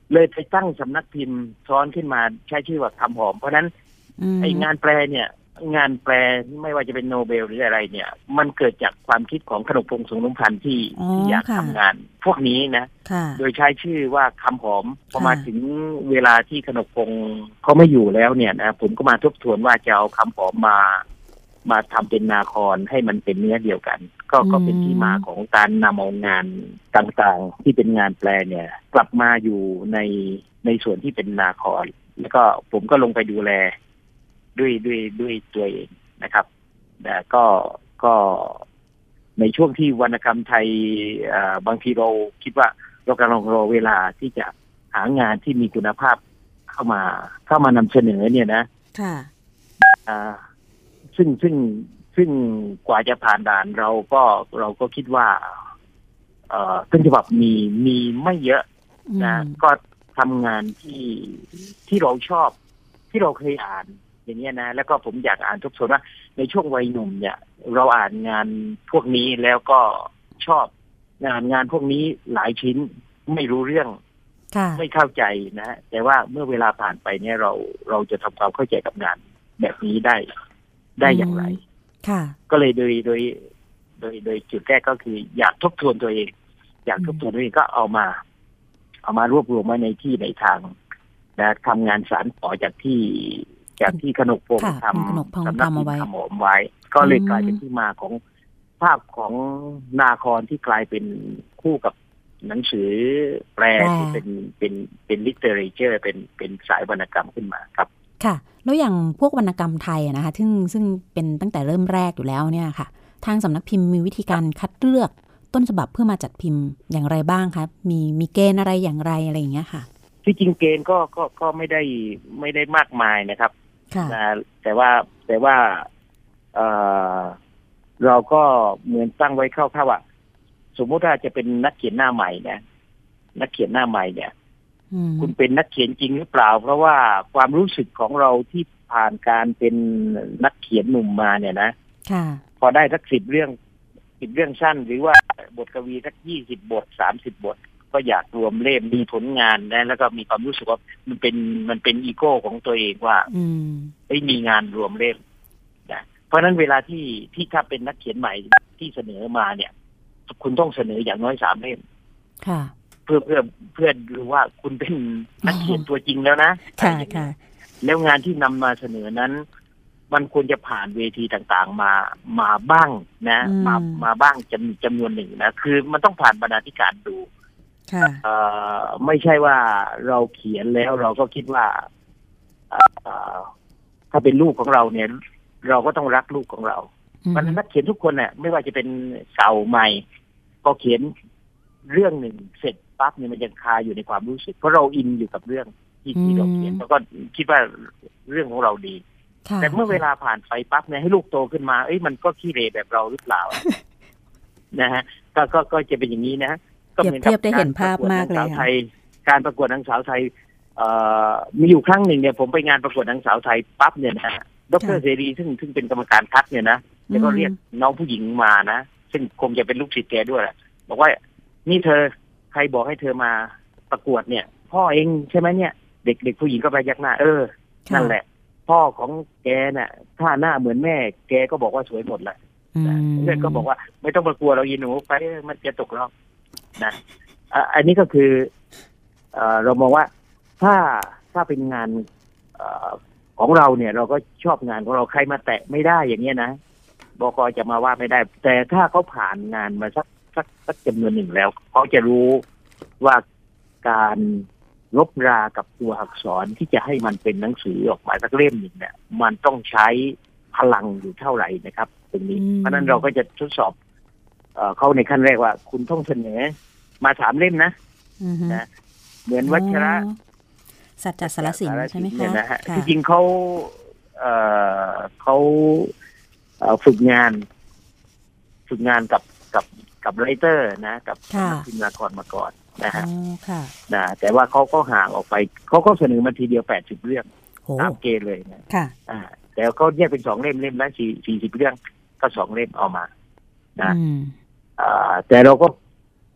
เลยไปตั้งสำนักพิมพ์ซ้อนขึ้นมาใช้ชื่อว่าคำหอมเพราะนั้นไอ้งานแปลเนี่ยงานแปลไม่ว่าจะเป็นโนเบลหรืออะไรเนี่ยมันเกิดจากความคิดของขนกพงษ์สงนุพันธ์ที่อยากทำงานพวกนี้นะโดยใช้ชื่อว่าคำหอมพอมาถึงเวลาที่ขนกพงษ์เขาไม่อยู่แล้วเนี่ยนะผมก็มาทบทวนว่าจะเอาคำหอมมามาทำเป็นนาครให้มันเป็นเนื้อเดียวกันก็ก็เป็นที่มาของการนำเอางานต่างๆที่เป็นงานแปลเนี่ยกลับมาอยู่ในในส่วนที่เป็นนาครแล้วก็ผมก็ลงไปดูแลด้วยด้วยด้วยตัวเองนะครับแต่ก็ก็ในช่วงที่วรรณกรรมไทยบางทีเราคิดว่าเรากำลังรอเวลาที่จะหางานที่มีคุณภาพเข้ามาเข้ามานำเสนอเนี่ยนะค่ะซึ่งซึ่งซึ่งกว่าจะผ่านด่านเราก็เราก็คิดว่าเอ่อต้นฉบับมีมีไม่เยอะนะก็ทำงานที่ที่เราชอบที่เราเคยอ่านอย่างเงี้ยนะแล้วก็ผมอยากอ่านทุกส่วนว่าในช่วงวัยหนุ่มเนี่ยเราอ่านงานพวกนี้แล้วก็ชอบงานงานพวกนี้หลายชิ้นไม่รู้เรื่องไม่เข้าใจนะแต่ว่าเมื่อเวลาผ่านไปเนี่ยเราเราจะทำความเข้าใจกับงานแบบนี้ได้ได้อย่างไรก็เลยโดยโดยโดยโดยจุดแรกก็คืออยากทบทวนตัวเองอยากทบทวนตัวเองก็เอามาเอามารวบรวมไว้ในที่ในทางนะทำงานสารต่อจากที่จากที่ขนกพงษ์ทำสำนักพิมพ์ขมอมไว้ก็เลยกลายเป็นที่มาของภาพของนาครที่กลายเป็นคู่กับหนังสือแปลที่เป็นเป็นเป็นลิเทอเรเจอร์เป็นเป็นสายวรรณกรรมขึ้นมาครับค่ะแล้วอย่างพวกวรรณกรรมไทยนะคะซึ่งซึ่งเป็นตั้งแต่เริ่มแรกอยู่แล้วเนี่ยค่ะทางสำนักพิมพ์มีวิธีการคัดเลือกต้นฉบับเพื่อมาจัดพิมพ์อย่างไรบ้างคะมีมีเกณฑ์อะไรอย่างไรอะไรอย่างเงี้ยค่ะที่จริงเกณฑ์ก็ก็ก็ไม่ได้ไม่ได้มากมายนะครับนะแต่ว่าแต่ว่าเอ่อเราก็เหมือนตั้งไว้คร่าวๆว่าสมมติว่าจะเป็นนักเขียนหน้าใหม่นะนักเขียนหน้าใหม่เนี่ยคุณเป็นนักเขียนจริงหรือเปล่าเพราะว่าความรู้สึกของเราที่ผ่านการเป็นนักเขียนหนุ่มมาเนี่ยนะพอได้สักสิบเรื่องสิบเรื่องสั้นหรือว่าบทกวีสักยี่สิบบทสามสิบบทก็อยากรวมเล่มมีผลงานนะแล้วก็มีความรู้สึกว่ามันเป็นมันเป็นอีโก้ของตัวเองว่าไม่มีงานรวมเล่มนะเพราะฉะนั้นเวลาที่ที่ถ้าเป็นนักเขียนใหม่ที่เสนอมาเนี่ยคุณต้องเสนออย่างน้อยสามเล่มเพื่อเพื่อเพื่อดูว่าคุณเป็นนักเขียนตัวจริงแล้วนะค่ะค่ะแล้วงานที่นำมาเสนอนั้นมันควรจะผ่านเวทีต่างๆมามาบ้างนะมามาบ้างจำจำนวนหนึ่งนะคือมันต้องผ่านบรรณาธิการดูไม่ใช่ว่าเราเขียนแล้วเราก็คิดว่าถ้าเป็นลูกของเราเนี่ยเราก็ต้องรักลูกของเราเพราะฉะนั้นนักเขียนทุกคนเนี่ยไม่ว่าจะเป็นเก่าใหม่พอเขียนเรื่องหนึ่งเสร็จปั๊บเนี่ยมันยังคาอยู่ในความรู้สึกเพราะเราอินอยู่กับเรื่องที่ที่เราเขียนแล้วก็คิดว่าเรื่องของเราดีแต่เมื่อเวลาผ่านไปปั๊บเนี่ยให้ลูกโตขึ้นมาเอ้ยมันก็ขี้เหร่แบบเราหรือเปล่านะฮะก็ก็ก็จะเป็นอย่างนี้นะเปรียบเทียบได้เห็นภาพมากเลยค่ะการประกวดนางสาวไทยมีอยู่ครั้งหนึ่งเนี่ยผมไปงานประกวดนางสาวไทยปั๊บเนี่ยนะดร.เสรีซึ่งซึ่งเป็นกรรมการคัดเนี่ยนะแล้วก็เรียกน้องผู้หญิงมานะซึ่งคงจะเป็นลูกศิษย์แกด้วยบอกว่านี่เธอใครบอกให้เธอมาประกวดเนี่ยพ่อเองใช่ไหมเนี่ยเด็กเด็กผู้หญิงก็ไปยักหน้าเออนั่นแหละพ่อของแกน่ะถ้าหน้าเหมือนแม่แกก็บอกว่าสวยหมดแหละเพื่อนก็บอกว่าไม่ต้องประกวดเรายีหนูไปมันจะตกรอบนะอันนี้ก็คือเรามองว่าถ้าถ้าเป็นงานของเราเนี่ยเราก็ชอบงานของเราใครมาแตะไม่ได้อย่างเงี้ยนะบก.จะมาว่าไม่ได้แต่ถ้าเขาผ่านงานมาสักสักสักจำนวนหนึ่งแล้วเขาจะรู้ว่าการลบรากับตัวอักษรที่จะให้มันเป็นหนังสือออกมาสักเล่มหนึ่งเนี่ยมันต้องใช้พลังอยู่เท่าไหร่นะครับตรงนี้เพราะนั้นเราก็จะทดสอบเขาในขั้นแรกว่าคุณต้องเสนอมาสามเล่มนะนะเหมือนวัชระสัจจสารสินใช่ไหมคะที่จริงเขาเขาฝึกงานฝึกงานกับกับกับไรเตอร์นะกับพิมพ์ละครมาก่อนนะฮะนะแต่ว่าเขาก็ห่างออกไปเขาก็เสนอมาทีเดียวแปดสิบเรื่องตามเกณฑ์เลยนะอ่าแต่เขาแยกเป็นสองเล่มเล่มละสี่สี่สิบเรื่องก็สองเล่มเอามานะอ่าแต่เราก็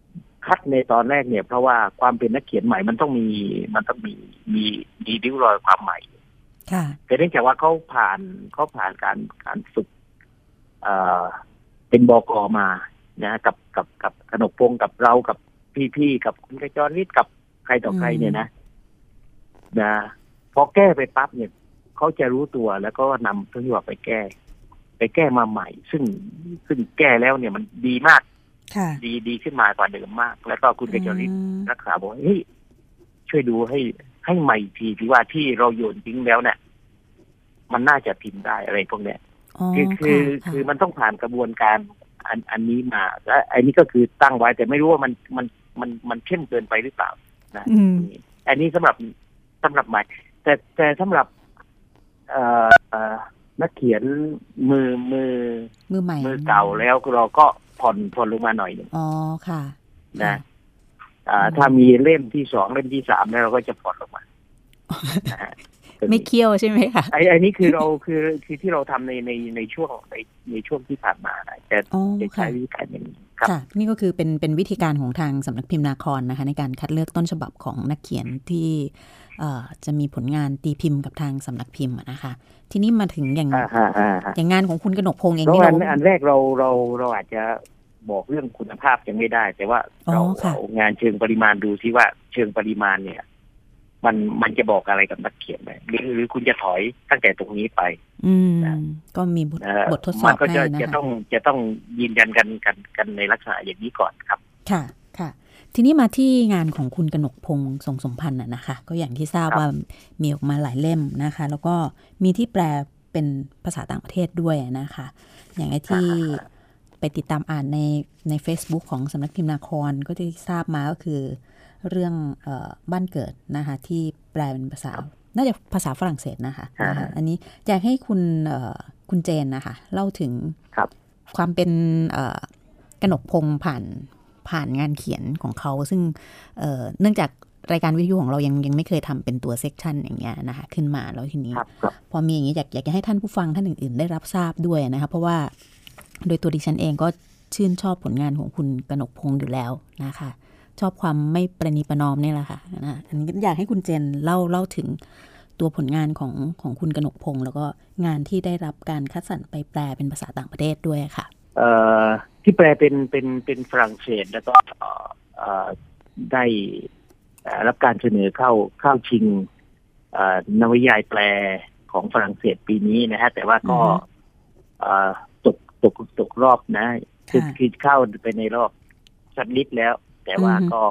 คัดในตอนแรกเนี่ยเพราะว่าความเป็นนักเขียนใหม่มันต้องมีมันต้องมีมีมีริ้วรอยความใหม่ค่ะแต่เนื่องจากว่าเขาผ่านเขาผ่านการการฝึกเอ่อเป็นบก.มานะกับกับกับกนกพงศ์กับเรากับพี่ๆกับคุณกจรฤทธิ์กับใครต่อใครเนี่ยนะนะพอแก้ไปปั๊บเนี่ยเขาจะรู้ตัวแล้วก็นำที่ว่าไปแก้ไปแก้มาใหม่ซึ่งซึ่งแก้แล้วเนี่ยมันดีมากดีดีขึ้นมากว่าเดิมมากแล้วก็คุณกจรฤทธิ์รักษาบอกเฮ้ยช่วยดูให้ให้ใหม่ทีที่ว่าที่เราโยนทิ้งแล้วเนี่ยมันน่าจะพิมพ์ได้อะไรพวกเนี้ยคือคือคือมันต้องผ่านกระบวนการอันอันนี้มาและอันนี้ก็คือตั้งไว้แต่ไม่รู้ว่ามันมันมันมันเข้มเกินไปหรือเปล่านะอันนี้สำหรับสำหรับใหม่แต่แต่สำหรับเอ่อนักเขียนมือมือมือใหม่มือเก่าแล้วเราก็ผ่อนผ่อนลงมาหน่อยนึงอ๋อค่ะนะอ่าถ้ามีเล่มที่สองเล่มที่สามแล้วเราก็จะผ่อนลงมาไม่เคี่ยวใช่ไหมคะไอ้ไอ้นี่คือเราคือคือที่เราทำในในในช่วงในในช่วงที่ผ่านมาแต่จะใช้วิธีการอย่างนี้ครับค่ะนี่ก็คือเป็นเป็นวิธีการของทางสำนักพิมพ์นาครนะคะในการคัดเลือกต้นฉบับของนักเขียนที่จะมีผลงานตีพิมพ์กับทางสำนักพิมพ์นะคะทีนี้มาถึงอย่างอย่างงานของคุณกนกพงษ์เองนี่เราอันแรกเราเราเราอาจจะบอกเรื่องคุณภาพยังไม่ได้แต่ว่าเราเอางานเชิงปริมาณดูซิว่าเชิงปริมาณเนี่ยมันมันจะบอกอะไรกับนักเขียนไหมหรือหรือคุณจะถอยตั้งแต่ตรงนี้ไปอืมก็มีบทบททดสอบให้นะคะมันก็จะจะต้องจะต้องยืนยันกันกันกันในลักษณะอย่างนี้ก่อนครับค่ะค่ะทีนี้มาที่งานของคุณกนกพงษ์ทรงสมพันธ์น่ะนะคะก็อย่างที่ทราบว่ามีออกมาหลายเล่มนะคะแล้วก็มีที่แปลเป็นภาษาต่างประเทศด้วยนะคะอย่างไอ้ที่ไปติดตามอ่านในใน Facebook ของสำนักพิมพ์นาครก็ที่ทราบมาก็คือเรื่องเอ่อบ้านเกิดนะคะที่แปลเป็นภาษาน่าจะภาษาฝรั่งเศสนะคะนะคะอันนี้อยากให้คุณเอ่อคุณเจนนะคะเล่าถึงความเป็นเอ่อกนกพงษ์ผ่านผ่านงานเขียนของเขาซึ่งเอ่อเนื่องจากรายการวิทยุของเรายังยังไม่เคยทำเป็นตัวเซกชันอย่างเงี้ยนะคะขึ้นมาแล้วทีนี้พอมีอย่างนี้อยากอยากจะให้ท่านผู้ฟังท่านอื่นๆได้รับทราบด้วยนะคะเพราะว่าโดยตัวดิฉันเองก็ชื่นชอบผลงานของคุณกนกพงษ์อยู่แล้วนะคะชอบความไม่ประนีประนอมนี่แหละค่ะนะอันนี้อยากให้คุณเจนเล่าเล่าถึงตัวผลงานของของคุณกนกพงษ์แล้วก็งานที่ได้รับการคัดสรรไปแปลเป็นภาษาต่างประเทศด้วยค่ะเอ่อที่แปลเป็นเป็นเป็นฝรั่งเศสแล้วก็เอ่อได้รับการเสนอเข้าเข้าชิงนวนิยายแปลของฝรั่งเศสปีนี้นะฮะแต่ว่าก็ตกตกตกรอบนะคือคือเข้าไปในรอบสักนิดแล้วแต่ว่าก็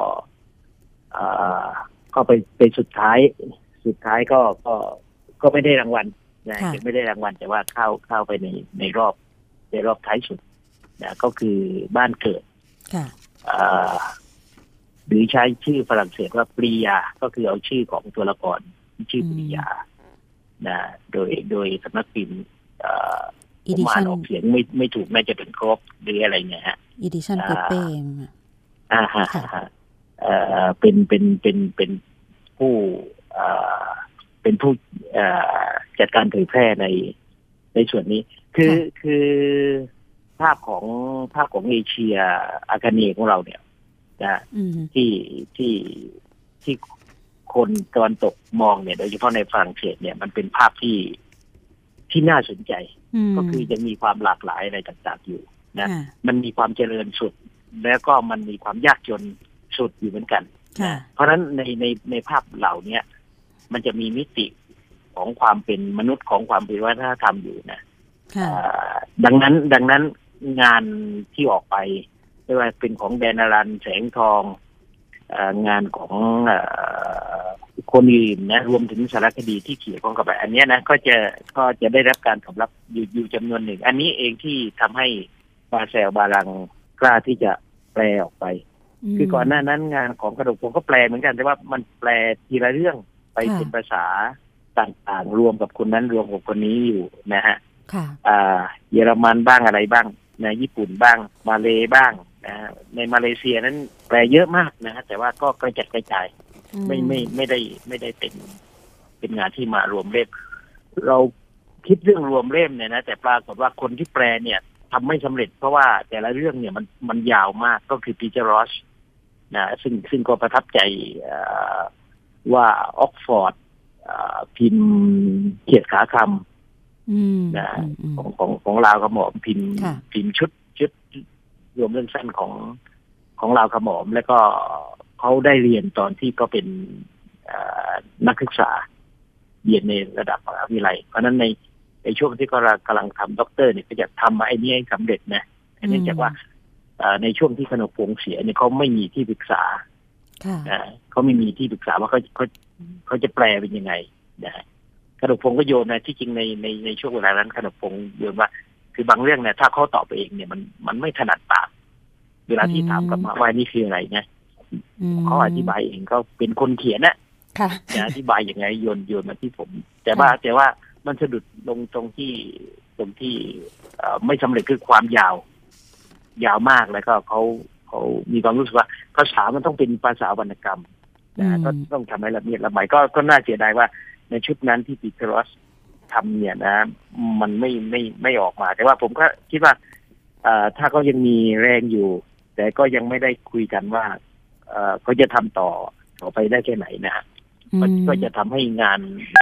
ก็ไปไปสุดท้ายสุดท้ายก็ก็ก็ไม่ได้รางวัลนะไม่ได้รางวัลแต่ว่าเข้าเข้าไปในในรอบในรอบท้ายสุดนะก็คือบ้านเกิดหรือใช้ชื่อฝรั่งเศสว่าปรียาก็คือเอาชื่อของตัวละครชื่อปรียานะโดยโดยสำนักพิมพ์ผมอ่านออกเสียงไม่ไม่ถูกน่าจะเป็นครบหรืออะไรเนี่ยฮะอีดิชั่นคูเป้อ่าฮะเอ่อเป็นเป็นเป็นเป็นผู้เอ่อเป็นผู้เอ่อจัดการเผยแพร่ในในส่วนนี้คือคือภาพของภาพของเอเชียอาคาเนย์ของเราเนี่ยนะที่ที่ที่คนตะวันตกมองเนี่ยโดยเฉพาะในฝรั่งเศสเนี่ยมันเป็นภาพที่ที่น่าสนใจก็คือจะมีความหลากหลายอะไรต่างๆอยู่นะมันมีความเจริญสุดแล้วก็มันมีความยากจนสุดอยู่เหมือนกันเพราะฉะนั้นในในในภาพเหล่านี้มันจะมีมิติของความเป็นมนุษย์ของความเป็นวัฒนธรรมอยู่นะดังนั้นดังนั้นงานที่ออกไปไม่ว่าเป็นของแดนอารันแสงทองงานของคนอื่นนะรวมถึงสารคดีที่เกี่ยวข้องกับอันนี้นะก็จะก็จะได้รับการตอบรับอยู่อยู่จำนวนหนึ่งอันนี้เองที่ทำให้บาเซลบาลังกล้าที่จะแปลออกไปคือก่อนหน้านั้นงานของกนกพงษ์ก็แปลเหมือนกันแต่ว่ามันแปลทีละเรื่องไปเป็นภาษาต่างๆรวมกับคนนั้นรวมกับคนนี้อยู่นะฮะอ่าเยอรมันบ้างอะไรบ้างนะญี่ปุ่นบ้างมาเลบ้างนะในมาเลเซียนั้นแปลเยอะมากนะฮะแต่ว่าก็กระจัดกระจายไม่ไม่ไม่ได้ไม่ได้เป็นเป็นงานที่มารวมเล่มเราคิดเรื่องรวมเล่มเนี่ยนะแต่ปรากฏว่าคนที่แปลเนี่ยทำไม่สำเร็จเพราะว่าแต่ละเรื่องเนี่ยมันมันยาวมากก็คือปีเตอร์รอชนะซึ่งซึ่งก็ประทับใจว่าออกฟอร์ดพิมพ์เขียดขาคำนะของของของลาวขมอมพิมพ์พิมพ์ชุดชุดรวมเรื่องสั้นของของลาวขมอมแล้วก็เขาได้เรียนตอนที่ก็เป็นนักศึกษาเรียนในระดับมหาวิทยาลัยเพราะนั้นในในช่วงที่เขากำลังทำด็อกเตอร์เนี่ยก็จะทำไอ้นี้ให้สำเร็จนะเนื่องจากว่าในช่วงที่ขนมพงเสียเนี่ยเขาไม่มีที่ปรึกษาเขาไม่มีที่ปรึกษาว่าเขาเขาเขาจะแปลเป็นยังไงนะขนมพงก็โยนนะที่จริงในในในช่วงเวลานั้นขนมพงโยนว่าคือบางเรื่องเนี่ยถ้าเขาตอบไปเองเนี่ยมันมันไม่ถนัดปากเวลาที่ถามกลับมาว่านี่คืออะไรนะเขาอธิบายเองก็เป็นคนเขียนนะจะอธิบายยังไงโยนโยนมาที่ผมแต่ว่าแต่ว่ามันสะดุดลงตรงที่ตรงที่ไม่สำเร็จคือความยาวยาวมากแล้วก็เขาเขามีความรู้สึกว่าภาษามันต้องเป็นภาษาวรรณกรรมนะก็ต้องทำให้ละเมียดละไมก็ก็น่าเสียดายว่าในชุดนั้นที่ปีเตอร์รอสทำเนี่ยนะมันไม่ไม่ไม่ออกมาแต่ว่าผมก็คิดว่าถ้าเขายังมีแรงอยู่แต่ก็ยังไม่ได้คุยกันว่าเขาจะทำต่อต่อไปได้แค่ไหนนะก็จะทำให้งาน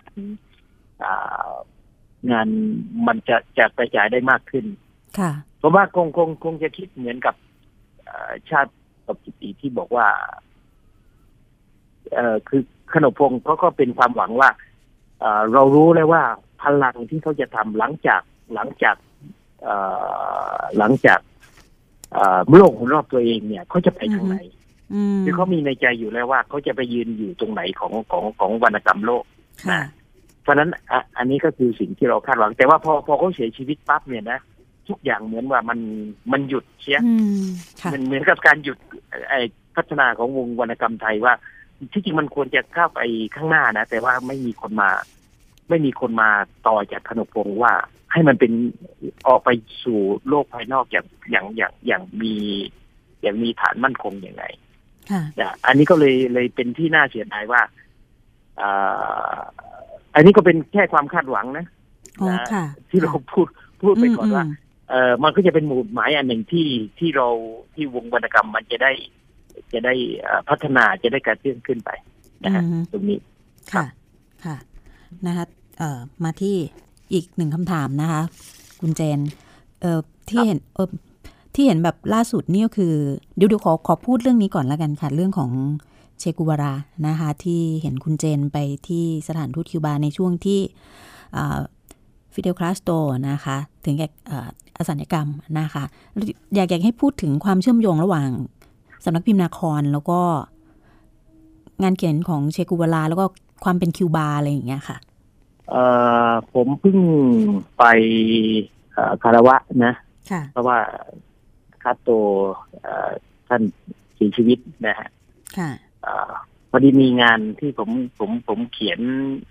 งานมันจะจะกระจายได้มากขึ้นค่ะเพราะว่าคงคงคงจะคิดเหมือนกับชาติกับกิติที่บอกว่าเอ่อคือขนมพงเขาก็เป็นความหวังว่าเอ่อเรารู้เลยว่าพลังที่เขาจะทำหลังจากหลังจากเอ่อหลังจากเอ่อโลกรอบตัวเองเนี่ยเขาจะไปทางไหนคือเขามีในใจอยู่แล้วว่าเขาจะไปยืนอยู่ตรงไหนของของของวรรณกรรมโลกนะเพราะฉะนั้นอันนี้ก็คือสิ่งที่เราคาดหวังแต่ว่าพอพอเขาเสียชีวิตปั๊บเนี่ยนะทุกอย่างเหมือนว่ามันมันหยุดเสียมันเหมือนกับการหยุดไอ้พัฒนาของวงวรรณกรรมไทยว่าที่จริงมันควรจะก้าวไปข้างหน้านะแต่ว่าไม่มีคนมาไม่มีคนมาต่อจากขนมพงว่าให้มันเป็นออกไปสู่โลกภายนอกอย่างอย่างอย่างอย่างมีอย่างมีฐานมั่นคงอย่างไรอันนี้ก็เลยเลยเป็นที่น่าเสียดายว่าอ่าอันนี้ก็เป็นแค่ความคาดหวังนะที่เราพูดพูดไปก่อนว่าเออมันก็จะเป็นหมุดหมายอันหนึ่งที่ที่เราที่วงวรรณกรรมมันจะได้จะได้พัฒนาจะได้กระเตื้องขึ้นไปนะฮะตรงนี้ค่ะค่ะนะคะเอ่อมาที่อีกหนึ่งคำถามนะคะคุณเจนเอ่อที่เห็นเออที่เห็นแบบล่าสุดนี่ก็คือเดี๋ยวเดี๋ยวขอขอพูดเรื่องนี้ก่อนละกันค่ะเรื่องของเชกูวารานะคะที่เห็นคุณเจนไปที่สถานทูตคิวบาในช่วงที่ฟิเดลคาสโตรนะคะถึงแก่อสัญกรรมนะคะอยากอยากให้พูดถึงความเชื่อมโยงระหว่างสำนักพิมพ์นาครแล้วก็งานเขียนของเชกูวาราแล้วก็ความเป็นคิวบาอะไรอย่างเงี้ยค่ะเอ่อผมเพิ่งไปคารวะนะเพราะว่าคาสโตรท่านเสียชีวิตนะฮะพอดีมีงานที่ผมผมผมเขียน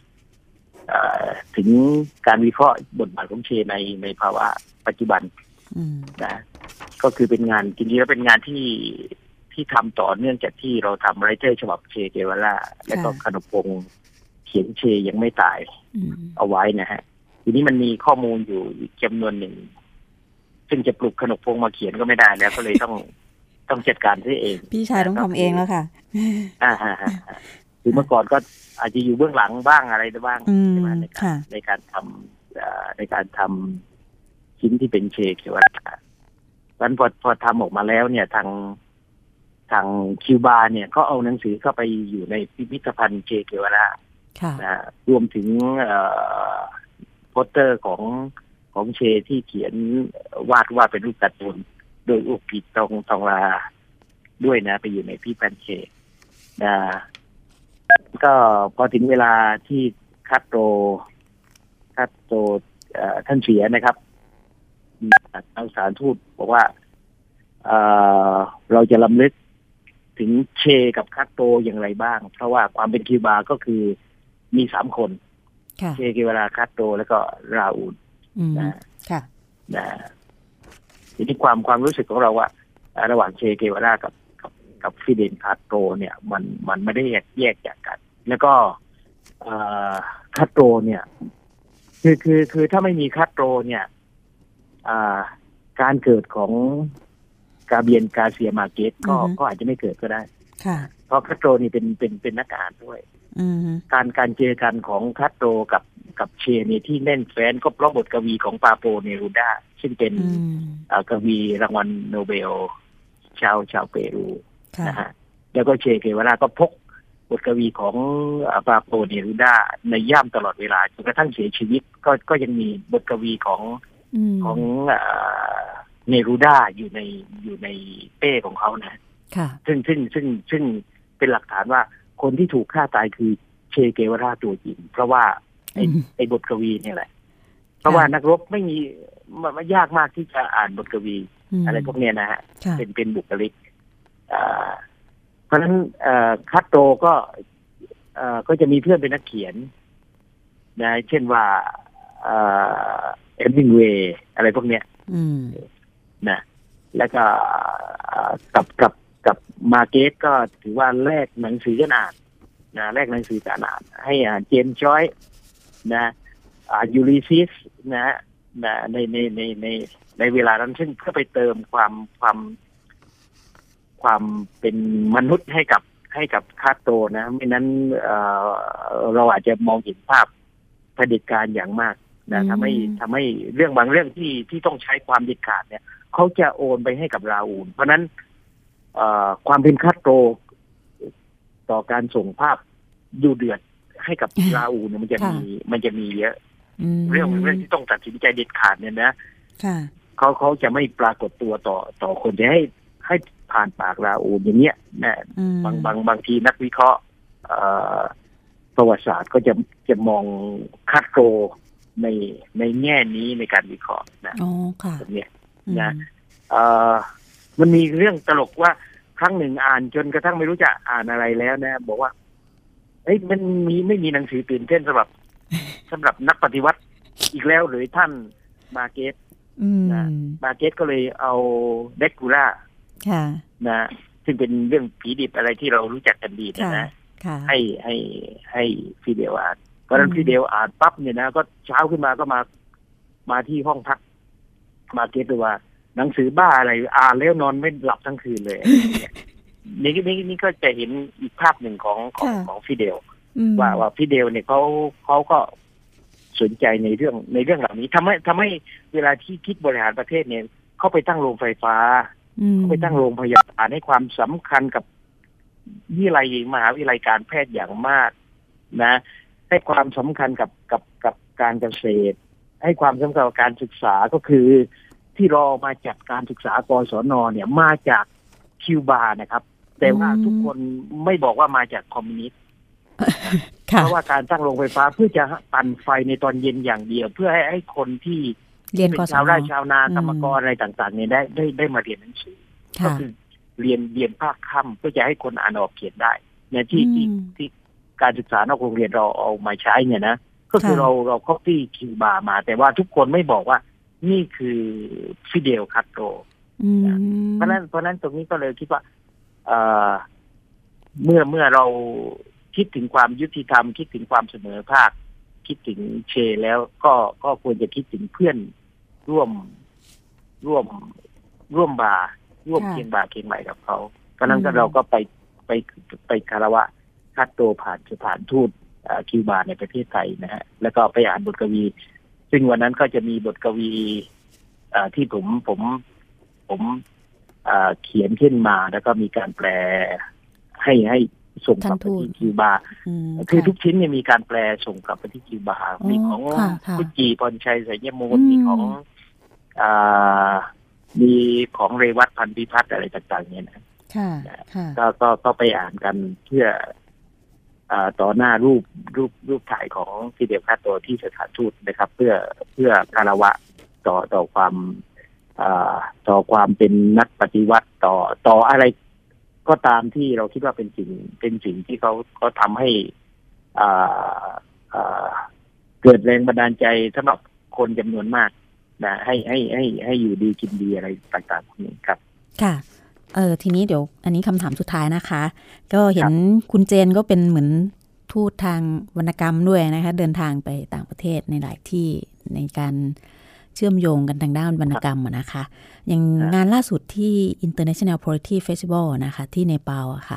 ถึงการวิเคราะห์บทบาทของเชในในภาวะปัจจุบันนะก็คือเป็นงานจริงๆแล้วเป็นงานที่ที่ทำต่อเนื่องจากที่เราทำไรเตอร์ฉบับเชเกวาราและก็ขนมพงเขียนเชยังไม่ตายเอาไว้นะฮะทีนี้มันมีข้อมูลอยู่จำนวนหนึ่งซึ่งจะปลุกขนมพงมาเขียนก็ไม่ได้แล้วก็เลยต้องต้องจัดการด้วยเองพี่ชายต้องทำเองแล้วค่ะอ่าฮะคือเมื่อก่อนก็อาจจะอยู่เบื้องหลังบ้างอะไรบ้างใช่ไหมในการในการทำในการทำชิ้นที่เป็นเชเกวาราวันพอพอทำออกมาแล้วเนี่ยทางทางคิวบาเนี่ยเขาเอาหนังสือเข้าไปอยู่ในพิพิธภัณฑ์เชเกวารานะรวมถึงโปสเตอร์ของของเชที่เขียนวาดวาดเป็นรูปการ์ตูนโดยอุกิตองทองลาด้วยนะไปอยู่ในพิพิธภัณฑ์เชนะก็พอถึงเวลาที่คาสโตรคาสโตรท่านเสียนะครับทางสถานทูตบอกว่าเอ่อเราจะรำลึกถึงเชกับคาสโตรอย่างไรบ้างเพราะว่าความเป็นคิวบาก็คือมีสามคนเชเกวาราคาสโตรแล้วก็ราอูลนะค่ะนะทีนี้ความความรู้สึกของเราว่าระหว่างเชเกวารากับกับกับฟิเดลคาสโตรเนี่ยมันมันไม่ได้แยกแยกจากกันแล้วก็คาสโตรเนี่ยคือคือคือถ้าไม่มีคาสโตรเนี่ยการเกิดของกาเบียนกาเซียมาเกตก็ก็อาจจะไม่เกิดก็ได้เพราะคาสโตรนี่เป็นเป็นเป็นนักอ่านด้วยการการเจอกันของคาสโตรกับกับเชนี่ที่แน่นแฟ้นก็เพราะบทกวีของปาโปเนรูดาซึ่งเป็นกวีรางวัลโนเบลชาวชาวเปรูนะฮะแล้วก็เชเกวาราก็พกบทกวีของปาโปเนรูดาในย่ามตลอดเวลาจนกระทั่งเสียชีวิตก็ก็ยังมีบทกวีของของเนรูดาอยู่ในอยู่ในเป้ของเขานะซึ่งซึ่งซึ่งซึ่งเป็นหลักฐานว่าคนที่ถูกฆ่าตายคือเชเกวาราตัวจริงเพราะว่าไอ้ไอ้บทกวีนี่แหละเพราะว่านักรบไม่มีมันยากมากที่จะอ่านบทกวีอะไรพวกนี้นะฮะเป็นเป็นบุคลิกเพราะฉะนั้นคาสโตรก็ก็จะมีเพื่อนเป็นนักเขียนนะเช่นว่าเอ็ดวินเวย์อะไรพวกเนี้ยนะแล้วก็กับกับกับมาเกตก็ถือว่าแลกหนังสือกันอ่านนะแลกหนังสือกันอ่านให้อ่านเจมส์จอยนะอ่านยูริซิสนะนะในในในในในเวลานั้นซึ่งเพื่อไปเติมความความความเป็นมนุษย์ให้กับให้กับคาสโตรนะไม่นั้นเอ่อเราอาจจะมองเห็นภาพเผด็จการอย่างมากนะทำให้ทำให้เรื่องบางเรื่องที่ที่ต้องใช้ความเด็ดขาดเนี่ยเขาจะโอนไปให้กับราอูลเพราะนั้นเอ่อความเป็นคาสโตรต่อการส่งภาพดูเดือดให้กับราอูลเนี่ยมันจะมีมันจะมีเยอะเรื่องเรื่องที่ต้องตัดสินใจเด็ดขาดเนี่ยนะเขาเขาจะไม่ปรากฏตัวต่อต่อคนจะให้ให้ผ่านปากราอูลอย่างเงี้ยนะบางบางบางทีนักวิเคราะห์ประวัติศาสตร์ก็จะจะมองคาสโตรในในแง่นี้ในการวิเคราะห์นะแบบนี้นะมันมีเรื่องตลกว่าครั้งหนึ่งอ่านจนกระทั่งไม่รู้จะอ่านอะไรแล้วนะบอกว่าเอ้ยมันมีไม่มีหนังสือตื่นเต้นสำหรับสำหรับนักปฏิวัติอีกแล้วหรือท่านมาเกตนะมาเกตก็เลยเอาเดกูล่านะซึ่งเป็นเรื่องผีดิบอะไรที่เรารู้จักกันดีนะให้ให้ให้ฟิเดลอ่านเพราะฉะนั้นฟิเดลอ่านปั๊บเนี่ยนะก็เช้าขึ้นมาก็มามาที่ห้องพักมาเกตเลยว่าหนังสือบ้าอะไรอ่านแล้วนอนไม่หลับทั้งคืนเลยนี่นี่นี่ก็จะเห็นอีกภาพหนึ่งของของของฟิเดลว่าว่าฟิเดลเนี่ยเขาเขาก็สนใจในเรื่องในเรื่องเหล่านี้ทำให้ทำให้เวลาที่คิดบริหารประเทศเนี่ยเขาไปตั้งโรงไฟฟ้าเขาไปตั้งโรงพยาบาลให้ความสำคัญกับวิทยาลัยมหาวิทยาลัยการแพทย์อย่างมากนะให้ความสำคัญกับกับกับการเกษตรให้ความสำคัญกับการศึกษาก็คือที่รอมาจากการศึกษากศน.เนี่ยมาจากคิวบานะครับแต่ว่าทุกคนไม่บอกว่ามาจากคอมมิวนิสต์เพราะว่าการตั้งโรงไฟฟ้าเพื่อจะปั่นไฟในตอนเย็นอย่างเดียวเพื่อให้ให้คนที่เป็นชาวไร่ชาวนากรรมกรอะไรต่างๆเนี่ยได้ได้ได้มาเรียนหนังสือก็คือเรียนเรียนภาคค่ำเพื่อจะให้คนอ่านออกเขียนได้เนี่ยที่ที่ที่การศึกษานอกโรงเรียนเราเอามาใช้เนี่ยนะก็คือเราเราคอปปี้คิวบามาแต่ว่าทุกคนไม่บอกว่านี่คือฟิเดลคาสโตรเพราะนั้นเพราะนั้นตรงนี้ก็เลยคิดว่าเอ่อเมื่อเมื่อเราคิดถึงความยุติธรรมคิดถึงความเสมอภาคคิดถึงเชแล้วก็ก็ควรจะคิดถึงเพื่อนร่วมร่วมร่วมบาร่วมเคียงบ่าเคียงไหลกับเขาเพราะนั้นก็เราก็ไปไปไปคารวะคาสโตรผ่านสถานทูตคิวบาในประเทศไทยนะฮะแล้วก็ไปอ่านบทกวีซึ่งวันนั้นก็จะมีบทกวีที่ผมผมผมเขียนขึ้นมาแล้วก็มีการแปลให้ให้ส่งกลับไปที่คิวบาคือทุกชิ้นเนี่ยมีการแปลส่งกลับไปที่คิวบามีของพุจีพรชัยสายยมูลมีของมีของเรวัตพันธุ์พิพัฒน์อะไรต่างๆเนี่ยนะก็ก็ก็ไปอ่านกันเพื่อต่อหน้ารูปรูปรูปถ่ายของฟิเดลคาสโตรที่สถานทูตนะครับเพื่อเพื่อคารวะต่อต่อความต่อความเป็นนักปฏิวัติต่อต่ออะไรก็ตามที่เราคิดว่าเป็นสิ่งเป็นสิ่งที่เขาเขาทำให้เกิดแรงบันดาลใจสำหรับคนจำนวนมากนะให้ให้ให้ให้อยู่ดีกินดีอะไรต่างๆพวกนี้ครับค่ะเออทีนี้เดี๋ยวอันนี้คำถามสุดท้ายนะคะก็เห็นคุณเจนก็เป็นเหมือนทูตทางวรรณกรรมด้วยนะคะเดินทางไปต่างประเทศในหลายที่ในการเชื่อมโยงกันทางด้านวรรณกรรมนะคะ อย่างงานล่าสุดที่ International Poetry Festival นะคะที่เนปาลอะค่ะ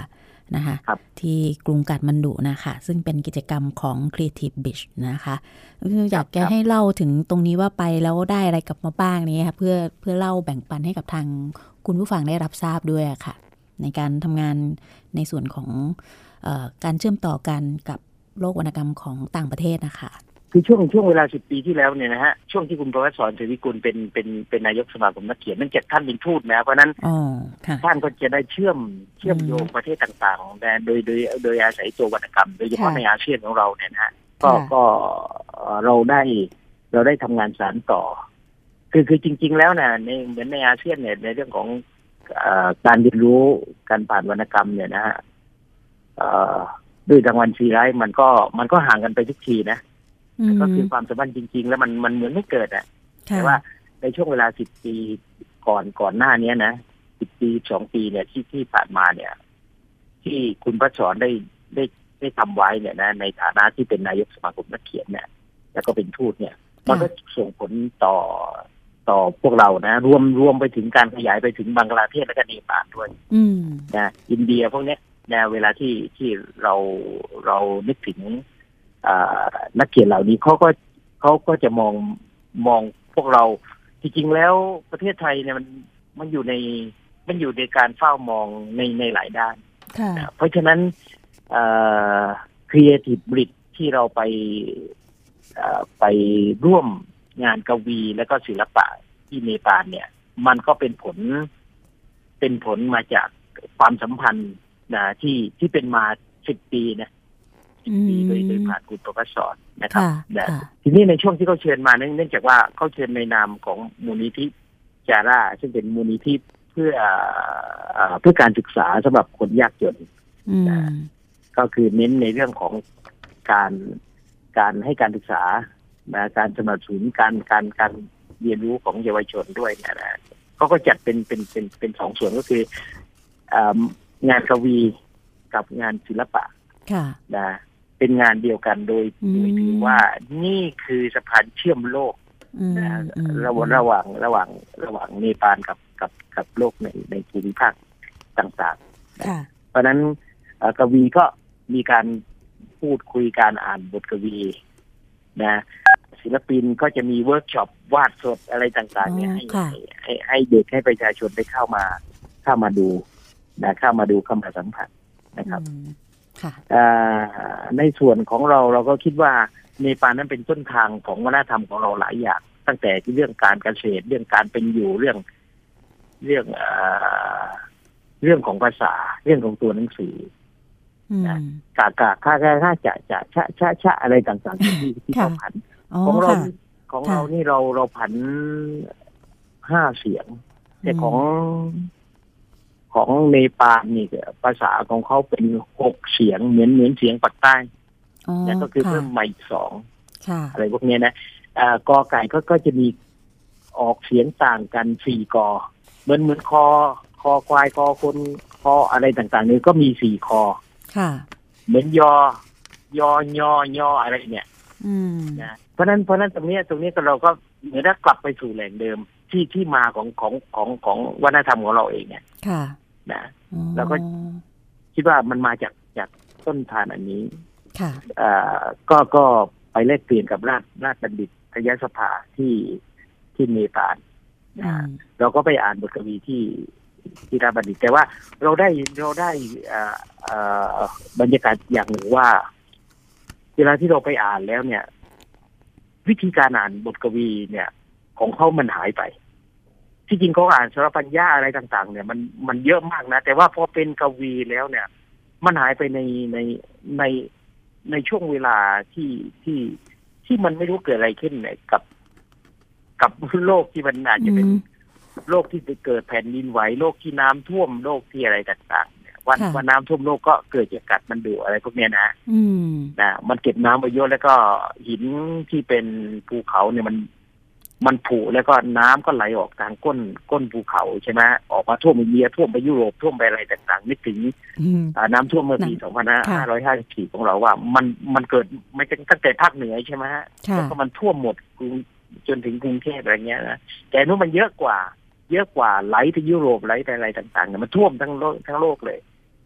นะคะที่กรุงกาฐมาณฑุนะคะซึ่งเป็นกิจกรรมของ Creative Beach นะคะอยากจะให้เล่าถึงตรงนี้ว่าไปแล้วได้อะไรกลับมาบ้างนี้ค่ะเพื่อเพื่อเล่าแบ่งปันให้กับทางคุณผู้ฟังได้รับทราบด้วยค่ะในการทำงานในส่วนของเอ่อการเชื่อมต่อกันกับโลกวรรณกรรมของต่างประเทศนะคะคือช่วงช่วงเวลาสิบปีที่แล้วเนี่ยนะฮะช่วงที่คุณประวัติศร เสรีกุลเป็นเป็นเป็นนายกสมาคมนักเขียนเนื่องจากท่านเป็นทูตนะเพราะนั้นท่านก็จะได้เชื่อมเชื่อมโยงประเทศต่างๆนะโดยโดยโดยอาศัยตัววรรณกรรมโดยเฉพาะในอาเซียนของเราเนี่ยนะฮะก็ก็เราได้เราได้ทำงานสานต่อคือคือจริงๆแล้วนะในเหมือนในอาเซียนเนี่ยในเรื่องของการเรียนรู้การผ่านวรรณกรรมเนี่ยนะฮะด้วยรางวัลซีไรท์มันก็มันก็ห่างกันไปทุกทีนะก็คือความสัมพันธ์จริงๆแล้วมันมันเหมือนไม่เกิดอ่ะแต่ว่าในช่วงเวลาสิบปีก่อนก่อนหน้านี้นะสิบปีสองปีเนี่ยที่ที่ผ่านมาเนี่ยที่คุณประวัติศรได้ได้ได้ทำไว้เนี่ยนะในฐานะที่เป็นนายกสมาคมนักเขียนเนี่ยแล้วก็เป็นทูตเนี่ยมันก็ส่งผลต่อต่อพวกเรานะรวมรวมไปถึงการขยายไปถึงบังกลาเทศและก็เนปาลด้วยนะอินเดียพวกนี้นะเวลาที่ที่เราเรานึกถึงนักเขียนเหล่านี้เขาก็เขาก็จะมองมองพวกเราจริงๆแล้วประเทศไทยเนี่ยมันมันอยู่ในมันอยู่ในการเฝ้ามองในในหลายด้านเพราะฉะนั้นครีเอทีฟบริดที่เราไปไปร่วมงานกวีและก็ศิลปะที่เนปาลเนี่ยมันก็เป็นผลเป็นผลมาจากความสัมพันธ์นะที่ที่เป็นมาสิบปีนะปีโดยโดยผ่านคุณประวัติศรนะครับนะทีนี้ในช่วงที่เขาเชิญมาเนื่องจากว่าเขาเชิญในนามของมูลนิธิจาร่าซึ่งเป็นมูลนิธิเพื่อเพื่อการศึกษาสำหรับคนยากจนนะก็คือเน้นในเรื่องของการการให้การศึกษานะการสนับสนุนการการการเรียนรู้ของเยาวชนด้วยนะนะเขาก็จัดเป็นเป็นเป็นเป็นสองส่วนก็คืองานกวีกับงานศิลปะนะเป็นงานเดียวกันโดยโดยถือว่านี่คือสะพานเชื่อมโลกนะระหว่างระหว่างระหว่างระหว่างเนปาลกับกับกับโลกในในภูมิภาคต่างๆเพราะนั้นกวีก็มีการพูดคุยการอ่านบทกวีนะศิลปินก็จะมีเวิร์กช็อปวาดสดอะไรต่างๆเนี่ยให้ให้ให้เด็กให้ประชาชนได้เข้ามาเข้ามาดูนะเข้ามาดูเข้ามาสัมผัสนะครับในส่วนของเราเราก็คิดว่าเนปาลนั้นเป็นต้นทางของวัฒนธรรมของเราหลายอย่างตั้งแต่ที่เรื่องการเกษตรเรื่องการเป็นอยู่เรื่องเรื่องเอ่อเรื่องของภาษาเรื่องของตัวหนังสือนะกากาค่าค่าจะจะชะชะชะอะไรต่างๆที่ที่เขาผันของเราของเรานี่เราเราผันห้าเสียงแต่ของของเนปาลนี่ภาษาของเขาเป็นหกเสียงเหมือนเหมือนเสียงปากใต้นั่นก็คือเพิ่มมาอีกสองอะไรพวกนี้นะกอไก่ก็ก็จะมีออกเสียงต่างกันสี่กอเหมือนเหมือนคอคอควายคอคนคออะไรต่างๆนี่ก็มีสี่คอเหมือนยอยอยอยออะไรเนี่ยนะเพราะนั้นเพราะนั้นตรงนี้ตรงนี้ก็เราก็เหมือนได้กลับไปสู่แหล่งเดิมที่ที่มาของของของของวัฒนธรรมของเราเองเนี่ยนะแล้วก็คิดว่ามันมาจากจากต้นทานอันนี้อ่าก็ก็ไปแลกเปลี่ยนกับราชราชบัณฑิตยสภาที่ที่เนปาลนะเราก็ไปอ่านบทกวีที่ที่ราชบัณฑิตแต่ว่าเราได้เราได้อ่าอ่าบรรยากาศอย่างหนึ่งว่าเวลาที่เราไปอ่านแล้วเนี่ยวิธีการอ่านบทกวีเนี่ยของเขามันหายไปที่จริงเขาอ่านสารพันยาอะไรต่างๆเนี่ยมันมันเยอะมากนะแต่ว่าพอเป็นกวีแล้วเนี่ยมันหายไปในในในในช่วงเวลาที่ที่ที่มันไม่รู้เกิดอะไรขึ้นเนี่ยกับกับโลกที่มันอาจจะเป็นโลกที่เกิดแผ่นดินไหวโลกที่น้ำท่วมโลกที่อะไรต่างๆเนี่ยวันวันน้ำท่วมโลกก็เกิดจากกัดมันดูอะไรพวกเนี้ยนะนะมันเก็บน้ำไว้เยอะแล้วก็หินที่เป็นภูเขาเนี่ยมันมันผุแล้วก็น้ำก็ไหลออกทางก้นก้นภูเขาใช่ไหมออกมาท่วมอินเดียท่วมไปยุโรปท่วมไปอะไรต่างๆนึกถึงน้ำท่วมเมื่อปีสองพันห้าร้อยห้าสิบสี่ของเราว่ามันมันเกิดไม่ตั้งแต่ภาคเหนือใช่ไหมฮะแล้วก็มันท่วมหมดจนถึงกรุงเทพอะไรเงี้ยนะแต่นู้นมันเยอะกว่าเยอะกว่าไหลไปยุโรปไหลไปอะไรต่างๆเนี่ยมันท่วมทั้งโลกทั้งโลกเลย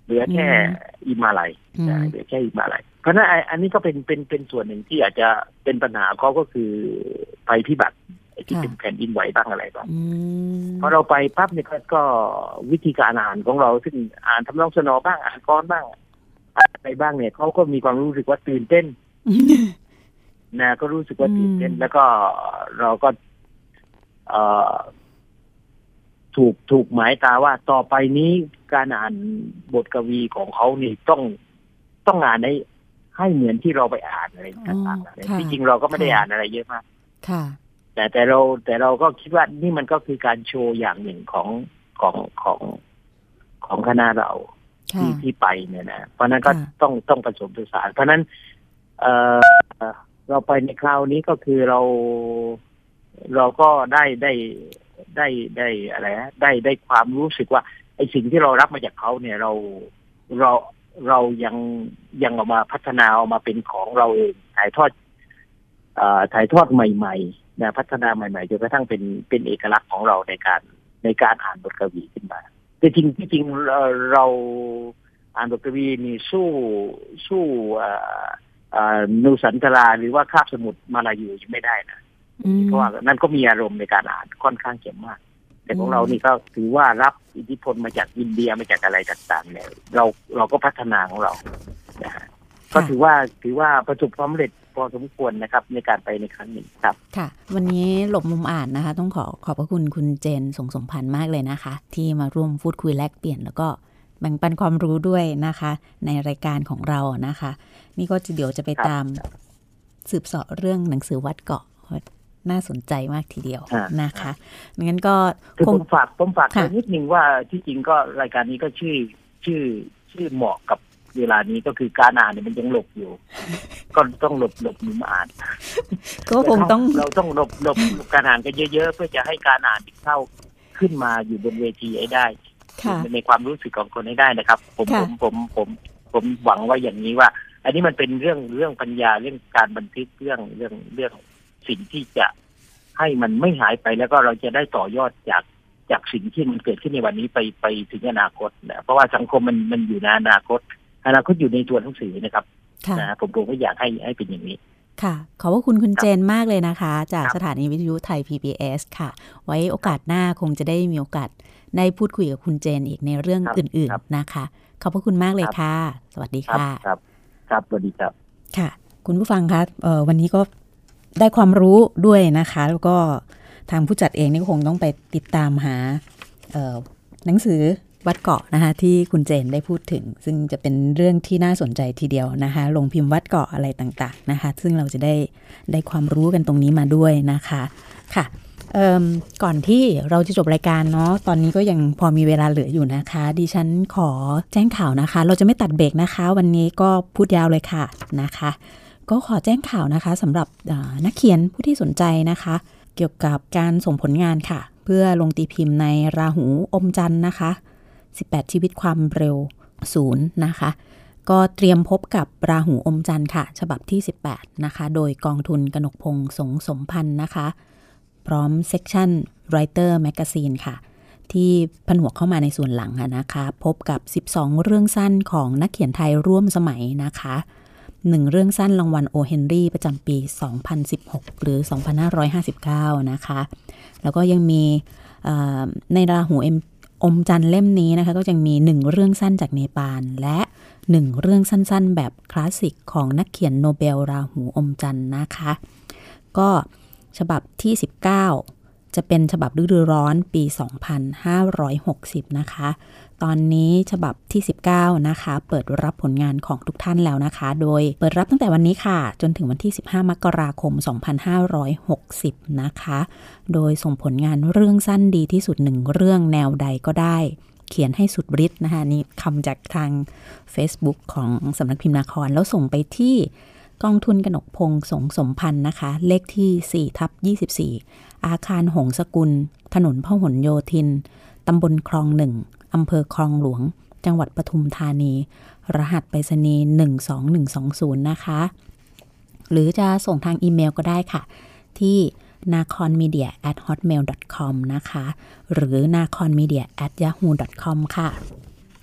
เหลือแค่อิมาลัยเหลือแค่อิมาลัยเพราะนั้นอันนี้ก็เป็นเป็นเป็นส่วนหนึ่งที่อาจจะเป็นปัญหาเขาก็คือภัยพิบัติที่เป็นแผ่นดินไหวบ้างอะไรบ้างพอเราไปปั๊บเนี่ยก็วิธีการอ่านของเราซึ่งอ่านทำนองสนอบ้างอ่านกลอนบ้างอะไรบ้างเนี่ยเขาก็มีความรู้สึกว่าตื่นเต้นนะก็รู้สึกว่าตื่นเต้นแล้วก็เราก็เอ่อถูกถูกหมายตาว่าต่อไปนี้การอ่านบทกวีของเขานี่ต้องต้องอ่านให้ให้เหมือนที่เราไปอ่านอะไรต่างๆที่จริงเราก็ไม่ได้อ่านอะไรเยอะมากแต่แต่เราแต่เราก็คิดว่านี่มันก็คือการโชว์อย่างหนึ่งของของของของคณะเราที่ที่ไปเนี่ยนะเพราะนั้นก็ต้องต้องผสมผสานเพราะนั้นเอ่อเราไปในคราวนี้ก็คือเราเราก็ได้ได้ได้ได้อะไรนะได้ได้ความรู้สึกว่าไอ้สิ่งที่เรารับมาจากเขาเนี่ยเราเราเรายังยังเอามาพัฒนาเอามาเป็นของเราเองถ่ายทอดเอ่อถ่ายทอดใหม่ๆนะพัฒนาใหม่ๆจนกระทั่งเป็นเป็นเอกลักษณ์ของเราในการในการอ่านบทกวีขึ้นมาแต่จริงที่จริงเราอ่านบทกวีนี่สู้สู้นูสันตราหรือว่าคาบสมุทรมาลายูยังไม่ได้นะเพราะว่านั่นก็มีอารมณ์ในการอ่านค่อนข้างเข้มมากแต่ของเรานี่ก็ถือว่ารับอิทธิพลมาจากอินเดียมาจากอะไรต่างๆเนี่ยเราเราก็พัฒนาของเรานะฮะก็ถือว่าถือว่าประสบความสำเร็จพอสมควรนะครับในการไปในครั้งนี้ครับค่ะวันนี้หลบมุมอ่านนะคะต้องขอขอบพระคุณคุณเจนสงสมพันธ์มากเลยนะคะที่มาร่วมพูดคุยแลกเปลี่ยนแล้วก็แบ่งปันความรู้ด้วยนะคะในรายการของเรานะคะนี่ก็เดี๋ยวจะไปตามสืบเสาะเรื่องหนังสือวัดเกาะน่าสนใจมากทีเดียวนะคะงั้นก็คงฝากผมฝากนิดนึงว่าที่จริงก็รายการนี้ก็ชื่อชื่อชื่อเหมาะกับเวลานี้ก็คือการอ่านเนี่ยมันยังหลบอยู่ก็ต้องหลบหลบมุมอ่านก็คงต้องเราต้องหลบหลบการอ่านกันเยอะๆเพื่อจะให้การอ่านเข้าขึ้นมาอยู่บนเวทีให้ได้ในความรู้สึกของคนให้ได้นะครับผมผมผมผมผมหวังว่าอย่างนี้ว่าอันนี้มันเป็นเรื่องเรื่องปัญญาเรื่องการบันทึกเรื่องเรื่องเรื่องสิ่งที่จะให้มันไม่หายไปแล้วก็เราจะได้ต่อยอดจากจากสิ่งที่มันเกิดขึ้นในวันนี้ไปไปถึงอนาคตนะเพราะว่าสังคมมันมันอยู่ในอนาคตอนาคตอยู่ในตัวหนังสือนะครับนะผมผมก็อยากให้ให้เป็นอย่างนี้ค่ะขอบคุณคุณเจนมากเลยนะคะจากสถานีวิทยุไทย พี บี เอส ค่ะไว้โอกาสหน้าคงจะได้มีโอกาสได้พูดคุยกับคุณเจนอีกในเรื่องอื่นๆนะคะขอบพระคุณมากเลยค่ะสวัสดีค่ะครับครับสวัสดีครับค่ะคุณผู้ฟังคะเอ่อวันนี้ก็ได้ความรู้ด้วยนะคะแล้วก็ทางผู้จัดเองนี่คงต้องไปติดตามหาเอ่อหนังสือวัดเกาะนะคะที่คุณเจนได้พูดถึงซึ่งจะเป็นเรื่องที่น่าสนใจทีเดียวนะคะลงพิมพ์วัดเกาะอะไรต่างๆนะคะซึ่งเราจะได้ได้ความรู้กันตรงนี้มาด้วยนะคะค่ะเอ่อก่อนที่เราจะจบรายการเนาะตอนนี้ก็ยังพอมีเวลาเหลืออยู่นะคะดิฉันขอแจ้งข่าวนะคะเราจะไม่ตัดเบรกนะคะวันนี้ก็พูดยาวเลยค่ะนะคะก็ขอแจ้งข่าวนะคะสำหรับนักเขียนผู้ที่สนใจนะคะเกี่ยวกับการส่งผลงานค่ะเพื่อลงตีพิมพ์ในราหูอมจันทร์นะคะสิบแปดชีวิตความเร็วศูนย์นะคะก็เตรียมพบกับราหูอมจันทร์ค่ะฉบับที่สิบแปดนะคะโดยกองทุนกนกพงษ์สงสมพันธ์นะคะพร้อมเซกชัน Writer Magazine ค่ะที่ผนวกเข้ามาในส่วนหลังนะคะพบกับสิบสองเรื่องสั้นของนักเขียนไทยร่วมสมัยนะคะหนึ่งเรื่องสั้นรางวัลโอเฮนรี่ประจำปีสองพันสิบหกหรือสองพันห้าร้อยห้าสิบเก้านะคะแล้วก็ยังมีในราหูอมจันทร์เล่มนี้นะคะก็ยังมีหนึ่งเรื่องสั้นจากเนปาลและหนึ่งเรื่องสั้นๆแบบคลาสสิกของนักเขียนโนเบลราหูอมจันทร์นะคะก็ฉบับที่สิบเก้าจะเป็นฉบับฤดูร้อนปีสองพันห้าร้อยหกสิบนะคะตอนนี้ฉบับที่สิบเก้านะคะเปิดรับผลงานของทุกท่านแล้วนะคะโดยเปิดรับตั้งแต่วันนี้ค่ะจนถึงวันที่สิบห้ามกราคมสองพันห้าร้อยหกสิบนะคะโดยส่งผลงานเรื่องสั้นดีที่สุดหนึ่งเรื่องแนวใดก็ได้เขียนให้สุดฤทธิ์นะคะนี่คำจากทาง Facebook ของสำนักพิมพ์นาครแล้วส่งไปที่กองทุนกนกพงษ์สงสมพันธ์นะคะเลขที่ สี่ทับยี่สิบสี่ อาคารหงสกุลถนนพหลโยธินตำบลคลองหนึ่งอำเภอคลองหลวงจังหวัดปทุมธานีรหัสไปรษณีย์หนึ่งสองหนึ่งสองศูนย์นะคะหรือจะส่งทางอีเมลก็ได้ค่ะที่ นาคอนมีเดีย แอท ฮอตเมล ดอท คอม นะคะหรือ นาคอนมีเดีย แอท ยาฮู ดอท คอม ค่ะ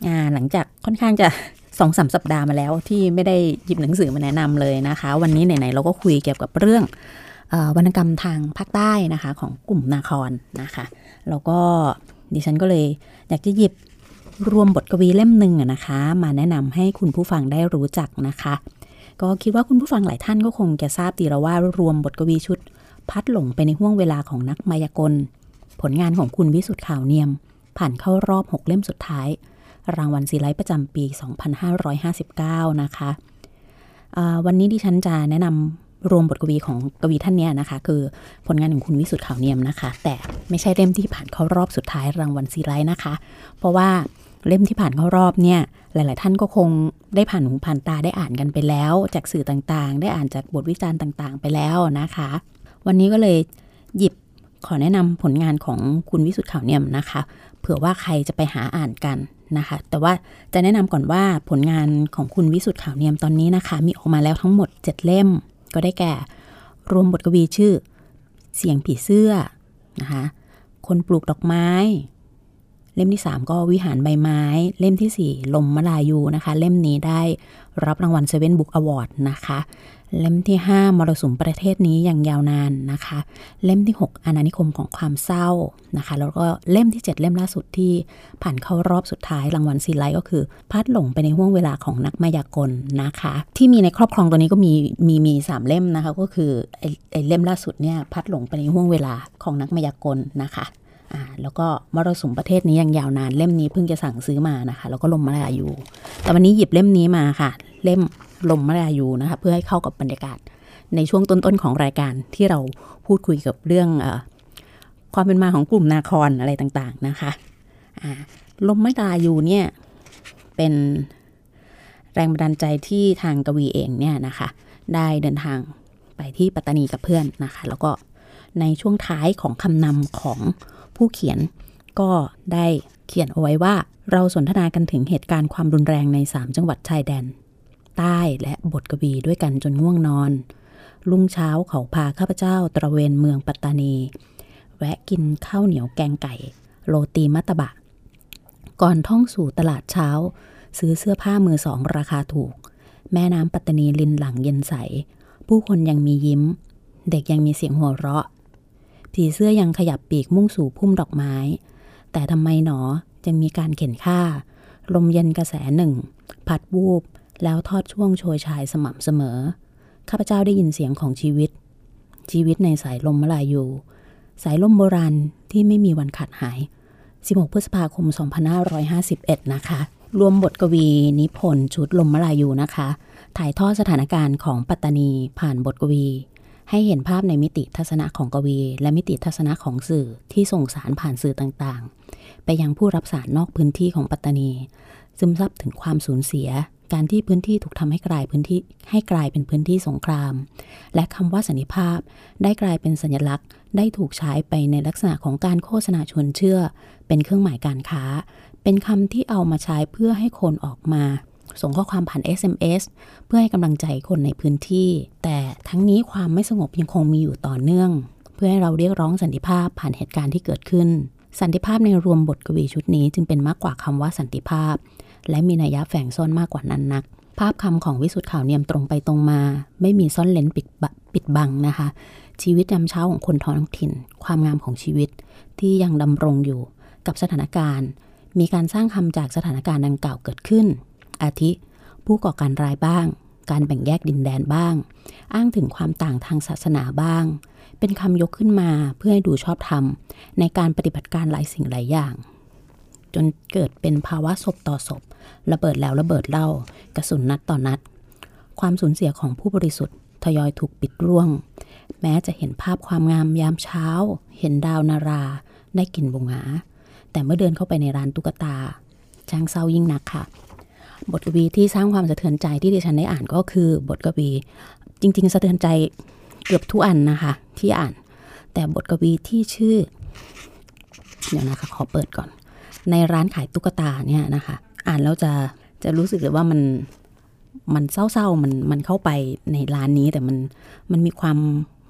อ่าหลังจากค่อนข้างจะสองสามสัปดาห์มาแล้วที่ไม่ได้หยิบหนังสือมาแนะนำเลยนะคะวันนี้ไหนๆเราก็คุยเกี่ยวกับเรื่องเอ่อวรรณกรรมทางภาคใต้นะคะของกลุ่มนาครนะคะแล้วก็ดิฉันก็เลยอยากจะหยิบรวมบทกวีเล่มหนึ่งนะคะมาแนะนำให้คุณผู้ฟังได้รู้จักนะคะก็คิดว่าคุณผู้ฟังหลายท่านก็คงจะทราบดีแล้วว่ารวมบทกวีชุดพัดหลงไปในห้วงเวลาของนักมายากลผลงานของคุณวิสุทธิ์ขาวเนียมผ่านเข้ารอบหกเล่มสุดท้ายรางวัลซีไลท์ประจำปี สองพันห้าร้อยห้าสิบเก้า นะคะวันนี้ดิฉันจะแนะนำรวมบทกวีของกวีท่านนี้นะคะคือผลงานของคุณวิสุทธิ์ขาวเนียมนะคะแต่ไม่ใช่เล่มที่ผ่านเข้ารอบสุดท้ายรางวัลซีไลท์นะคะเพราะว่าเล่มที่ผ่านเข้ารอบเนี่ยหลายๆท่านก็คงได้ผ่านหูผ่านตาได้อ่านกันไปแล้วจากสื่อต่างๆได้อ่านจากบทวิจารณ์ต่างๆไปแล้วนะคะวันนี้ก็เลยหยิบขอแนะนำผลงานของคุณวิสุทธิ์ขาวเนียมนะคะเผื่อว่าใครจะไปหาอ่านกันนะคะแต่ว่าจะแนะนำก่อนว่าผลงานของคุณวิสุทธิ์ขาวเนียมตอนนี้นะคะมีออกมาแล้วทั้งหมดเจ็ดเล่มก็ได้แก่รวมบทกวีชื่อเสียงผีเสื้อนะคะคนปลูกดอกไม้เล่มที่สามก็วิหารใบไม้เล่มที่สี่ลมมลายูนะคะเล่มนี้ได้รับรางวัล Seven Book Award นะคะเล่มที่ห้ามรสุมประเทศนี้อย่างยาวนานนะคะเล่มที่หกอาณานิคมของความเศร้านะคะแล้วก็เล่มที่เจ็ดเล่มล่าสุดที่ผ่านเข้ารอบสุดท้ายรางวัลซีไลท์ก็คือพัดหลงไปในห้วงเวลาของนักมายากลนะคะที่มีในครอบครองตัวนี้ก็มีมีมีสามเล่มนะคะก็คือไอ้ไอ้เล่มล่าสุดเนี่ยพัดหลงไปในห้วงเวลาของนักมายากลนะคะอ่าแล้วก็มรสุมประเทศนี้อย่างยาวนานเล่มนี้เพิ่งจะสั่งซื้อมานะคะแล้วก็ลมมลายูแต่วันนี้หยิบเล่มนี้มาค่ะเล่มลมมลายูนะคะเพื่อให้เข้ากับบรรยากาศในช่วงต้นๆของรายการที่เราพูดคุยกับเรื่องเอ่อความเป็นมาของกลุ่มนาครอะไรต่างๆนะคะอ่าลมมลายูเนี่ยเป็นแรงบันดาลใจที่ทางกวีเองเนี่ยนะคะได้เดินทางไปที่ปัตตานีกับเพื่อนนะคะแล้วก็ในช่วงท้ายของคำนำของผู้เขียนก็ได้เขียนเอาไว้ว่าเราสนทนากันถึงเหตุการณ์ความรุนแรงในสามจังหวัดชายแดนใต้และบทกวีด้วยกันจนง่วงนอนรุ่งเช้าเขาพาข้าพเจ้าตระเวนเมืองปัตตานีแวะกินข้าวเหนียวแกงไก่โรตีมัตตบะก่อนท่องสู่ตลาดเช้าซื้อเสื้อผ้ามือสองราคาถูกแม่น้ำปัตตานีรินหลังเย็นใสผู้คนยังมียิ้มเด็กยังมีเสียงหัวเราะผีเสื้อยังขยับปีกมุ่งสู่พุ่มดอกไม้แต่ทำไมหนอจึงมีการเข็นฆ่าลมเย็นกระแสหนึ่งพัดวูบแล้วทอดช่วงโชยชายสม่ำเสมอข้าพเจ้าได้ยินเสียงของชีวิตชีวิตในสายลมมลายูสายลมโบราณที่ไม่มีวันขาดหายสิบหกพฤษภาคมสองพันห้าร้อยห้าสิบเอ็ดนะคะรวมบทกวีนิพนธ์ชุดลมมลายูนะคะถ่ายทอดสถานการณ์ของปัตตานีผ่านบทกวีให้เห็นภาพในมิติทัศนะของกวีและมิติทัศนะของสื่อที่ส่งสารผ่านสื่อต่างๆไปยังผู้รับสารนอกพื้นที่ของปัตตานีซึมซับถึงความสูญเสียการที่พื้นที่ถูกทำให้กลายพื้นที่ให้กลายเป็นพื้นที่สงครามและคำว่าสันติภาพได้กลายเป็นสัญลักษณ์ได้ถูกใช้ไปในลักษณะของการโฆษณาชวนเชื่อเป็นเครื่องหมายการค้าเป็นคำที่เอามาใช้เพื่อให้คนออกมาส่งข้อความผ่าน เอส เอ็ม เอส เพื่อให้กำลังใจคนในพื้นที่แต่ทั้งนี้ความไม่สงบยังคงมีอยู่ต่อเนื่องเพื่อให้เราเรียกร้องสันติภาพผ่านเหตุการณ์ที่เกิดขึ้นสันติภาพในรวมบทกวีชุดนี้จึงเป็นมากกว่าคำว่าสันติภาพและมีนัยยะแฝงซ่อนมากกว่านั้นนักภาพคำของวิสุทธิ์ขาวเนียมตรงไปตรงมาไม่มีซ่อนเลนปิดปิดบังนะคะชีวิตยามเช้าของคนท้องถิ่นความงามของชีวิตที่ยังดำรงอยู่กับสถานการณ์มีการสร้างคำจากสถานการณ์ดังกล่าวเกิดขึ้นอาทิผู้ก่อการร้ายบ้างการแบ่งแยกดินแดนบ้างอ้างถึงความต่างทางศาสนาบ้างเป็นคำยกขึ้นมาเพื่อให้ดูชอบธรรมในการปฏิบัติการหลายสิ่งหลายอย่างจนเกิดเป็นภาวะศพต่อศพระเบิดแล้วระเบิดเล่ากระสุนนัดต่อนัดความสูญเสียของผู้บริสุทธิ์ทยอยถูกปิดร่วงแม้จะเห็นภาพความงามยามเช้าเห็นดาวนาราได้กลิ่นบุหงาแต่เมื่อเดินเข้าไปในร้านตุ๊กตาช่างเศร้ายิ่งนักค่ะบทกวีที่สร้างความสะเทือนใจที่ดิฉันได้อ่านก็คือบทกวีจริงๆสะเทือนใจเกือบทุกอันนะคะที่อ่านแต่บทกวีที่ชื่อเดี๋ยวนะคะขอเปิดก่อนในร้านขายตุ๊กตาเนี่ยนะคะอ่านแล้วจะจะรู้สึกเลยว่ามันมันเศร้าๆมันมันเข้าไปในร้านนี้แต่มันมันมีความ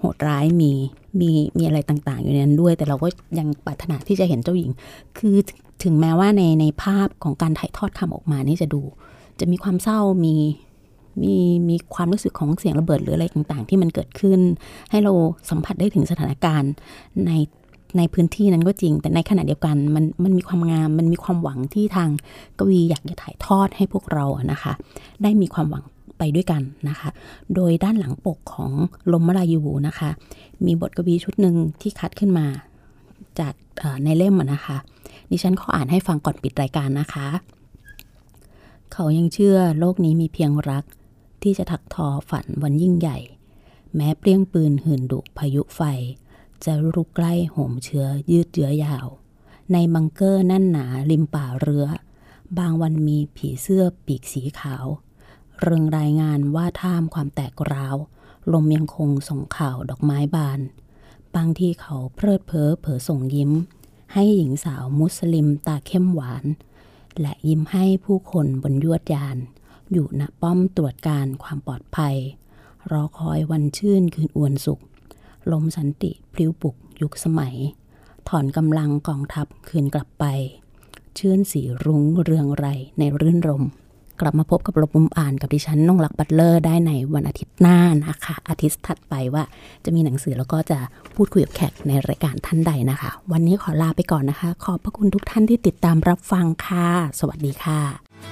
โหดร้ายมีมีมีอะไรต่างๆอยู่ในนั้นด้วยแต่เราก็ยังปรารถนาที่จะเห็นเจ้าหญิงคือถึงแม้ว่าในในภาพของการถ่ายทอดคำออกมานี่จะดูจะมีความเศร้ามีมีมีความรู้สึกของเสียงระเบิดหรืออะไรต่างๆที่มันเกิดขึ้นให้เราสัมผัสได้ถึงสถานการณ์ในในพื้นที่นั้นก็จริงแต่ในขณะเดียวกันมันมันมีความงามมันมีความหวังที่ทางกวีอยากจะถ่ายทอดให้พวกเราอะนะคะได้มีความหวังไปด้วยกันนะคะโดยด้านหลังปกของลมมลายูนะคะมีบทกวีชุดหนึ่งที่คัดขึ้นมาจากในเล่มนะคะดิฉันขออ่านให้ฟังก่อนปิดรายการนะคะเขายังเชื่อโลกนี้มีเพียงรักที่จะถักทอฝันวันยิ่งใหญ่แม้เปรี้ยงปืนหื่นดุพายุไฟจะรุกใกล้โหมเชื้อยืดเยื้อยาวในบังเกอร์แน่นหนาริมป่าเรื้อบางวันมีผีเสื้อปีกสีขาวเริงรายงานว่าท่ามความแตกร้าวลมยังคงส่งข่าวดอกไม้บานบางที่เขาเพลิดเพลิเผลอส่งยิ้มให้หญิงสาวมุสลิมตาเข้มหวานและยิ้มให้ผู้คนบนยวดยานอยู่ณป้อมตรวจการความปลอดภัยรอคอยวันชื่นคืนอวนสุขลมสันติพลิ้วปลุกยุคสมัยถอนกำลังกองทัพคืนกลับไปชื่นสีรุ้งเรืองไรในรื่นรมกลับมาพบกับลมมุมอ่านกับดิฉันนงลักษ์บัตเลอร์ได้ในวันอาทิตย์หน้านะคะอาทิตย์ถัดไปว่าจะมีหนังสือแล้วก็จะพูดคุยกับแขกในรายการท่านใดนะคะวันนี้ขอลาไปก่อนนะคะขอบพระคุณทุกท่านที่ติดตามรับฟังค่ะสวัสดีค่ะ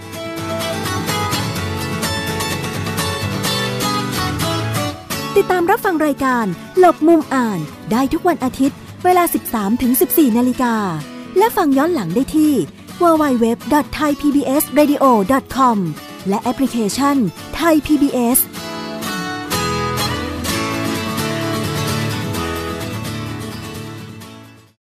ติดตามรับฟังรายการหลบมุมอ่านได้ทุกวันอาทิตย์เวลา สิบสามถึงสิบสี่ นาฬิกาและฟังย้อนหลังได้ที่ ดับเบิลยู ดับเบิลยู ดับเบิลยู ดอท ไทยพีบีเอสเรดิโอ ดอท คอม และแอปพลิเคชัน Thai พี บี เอส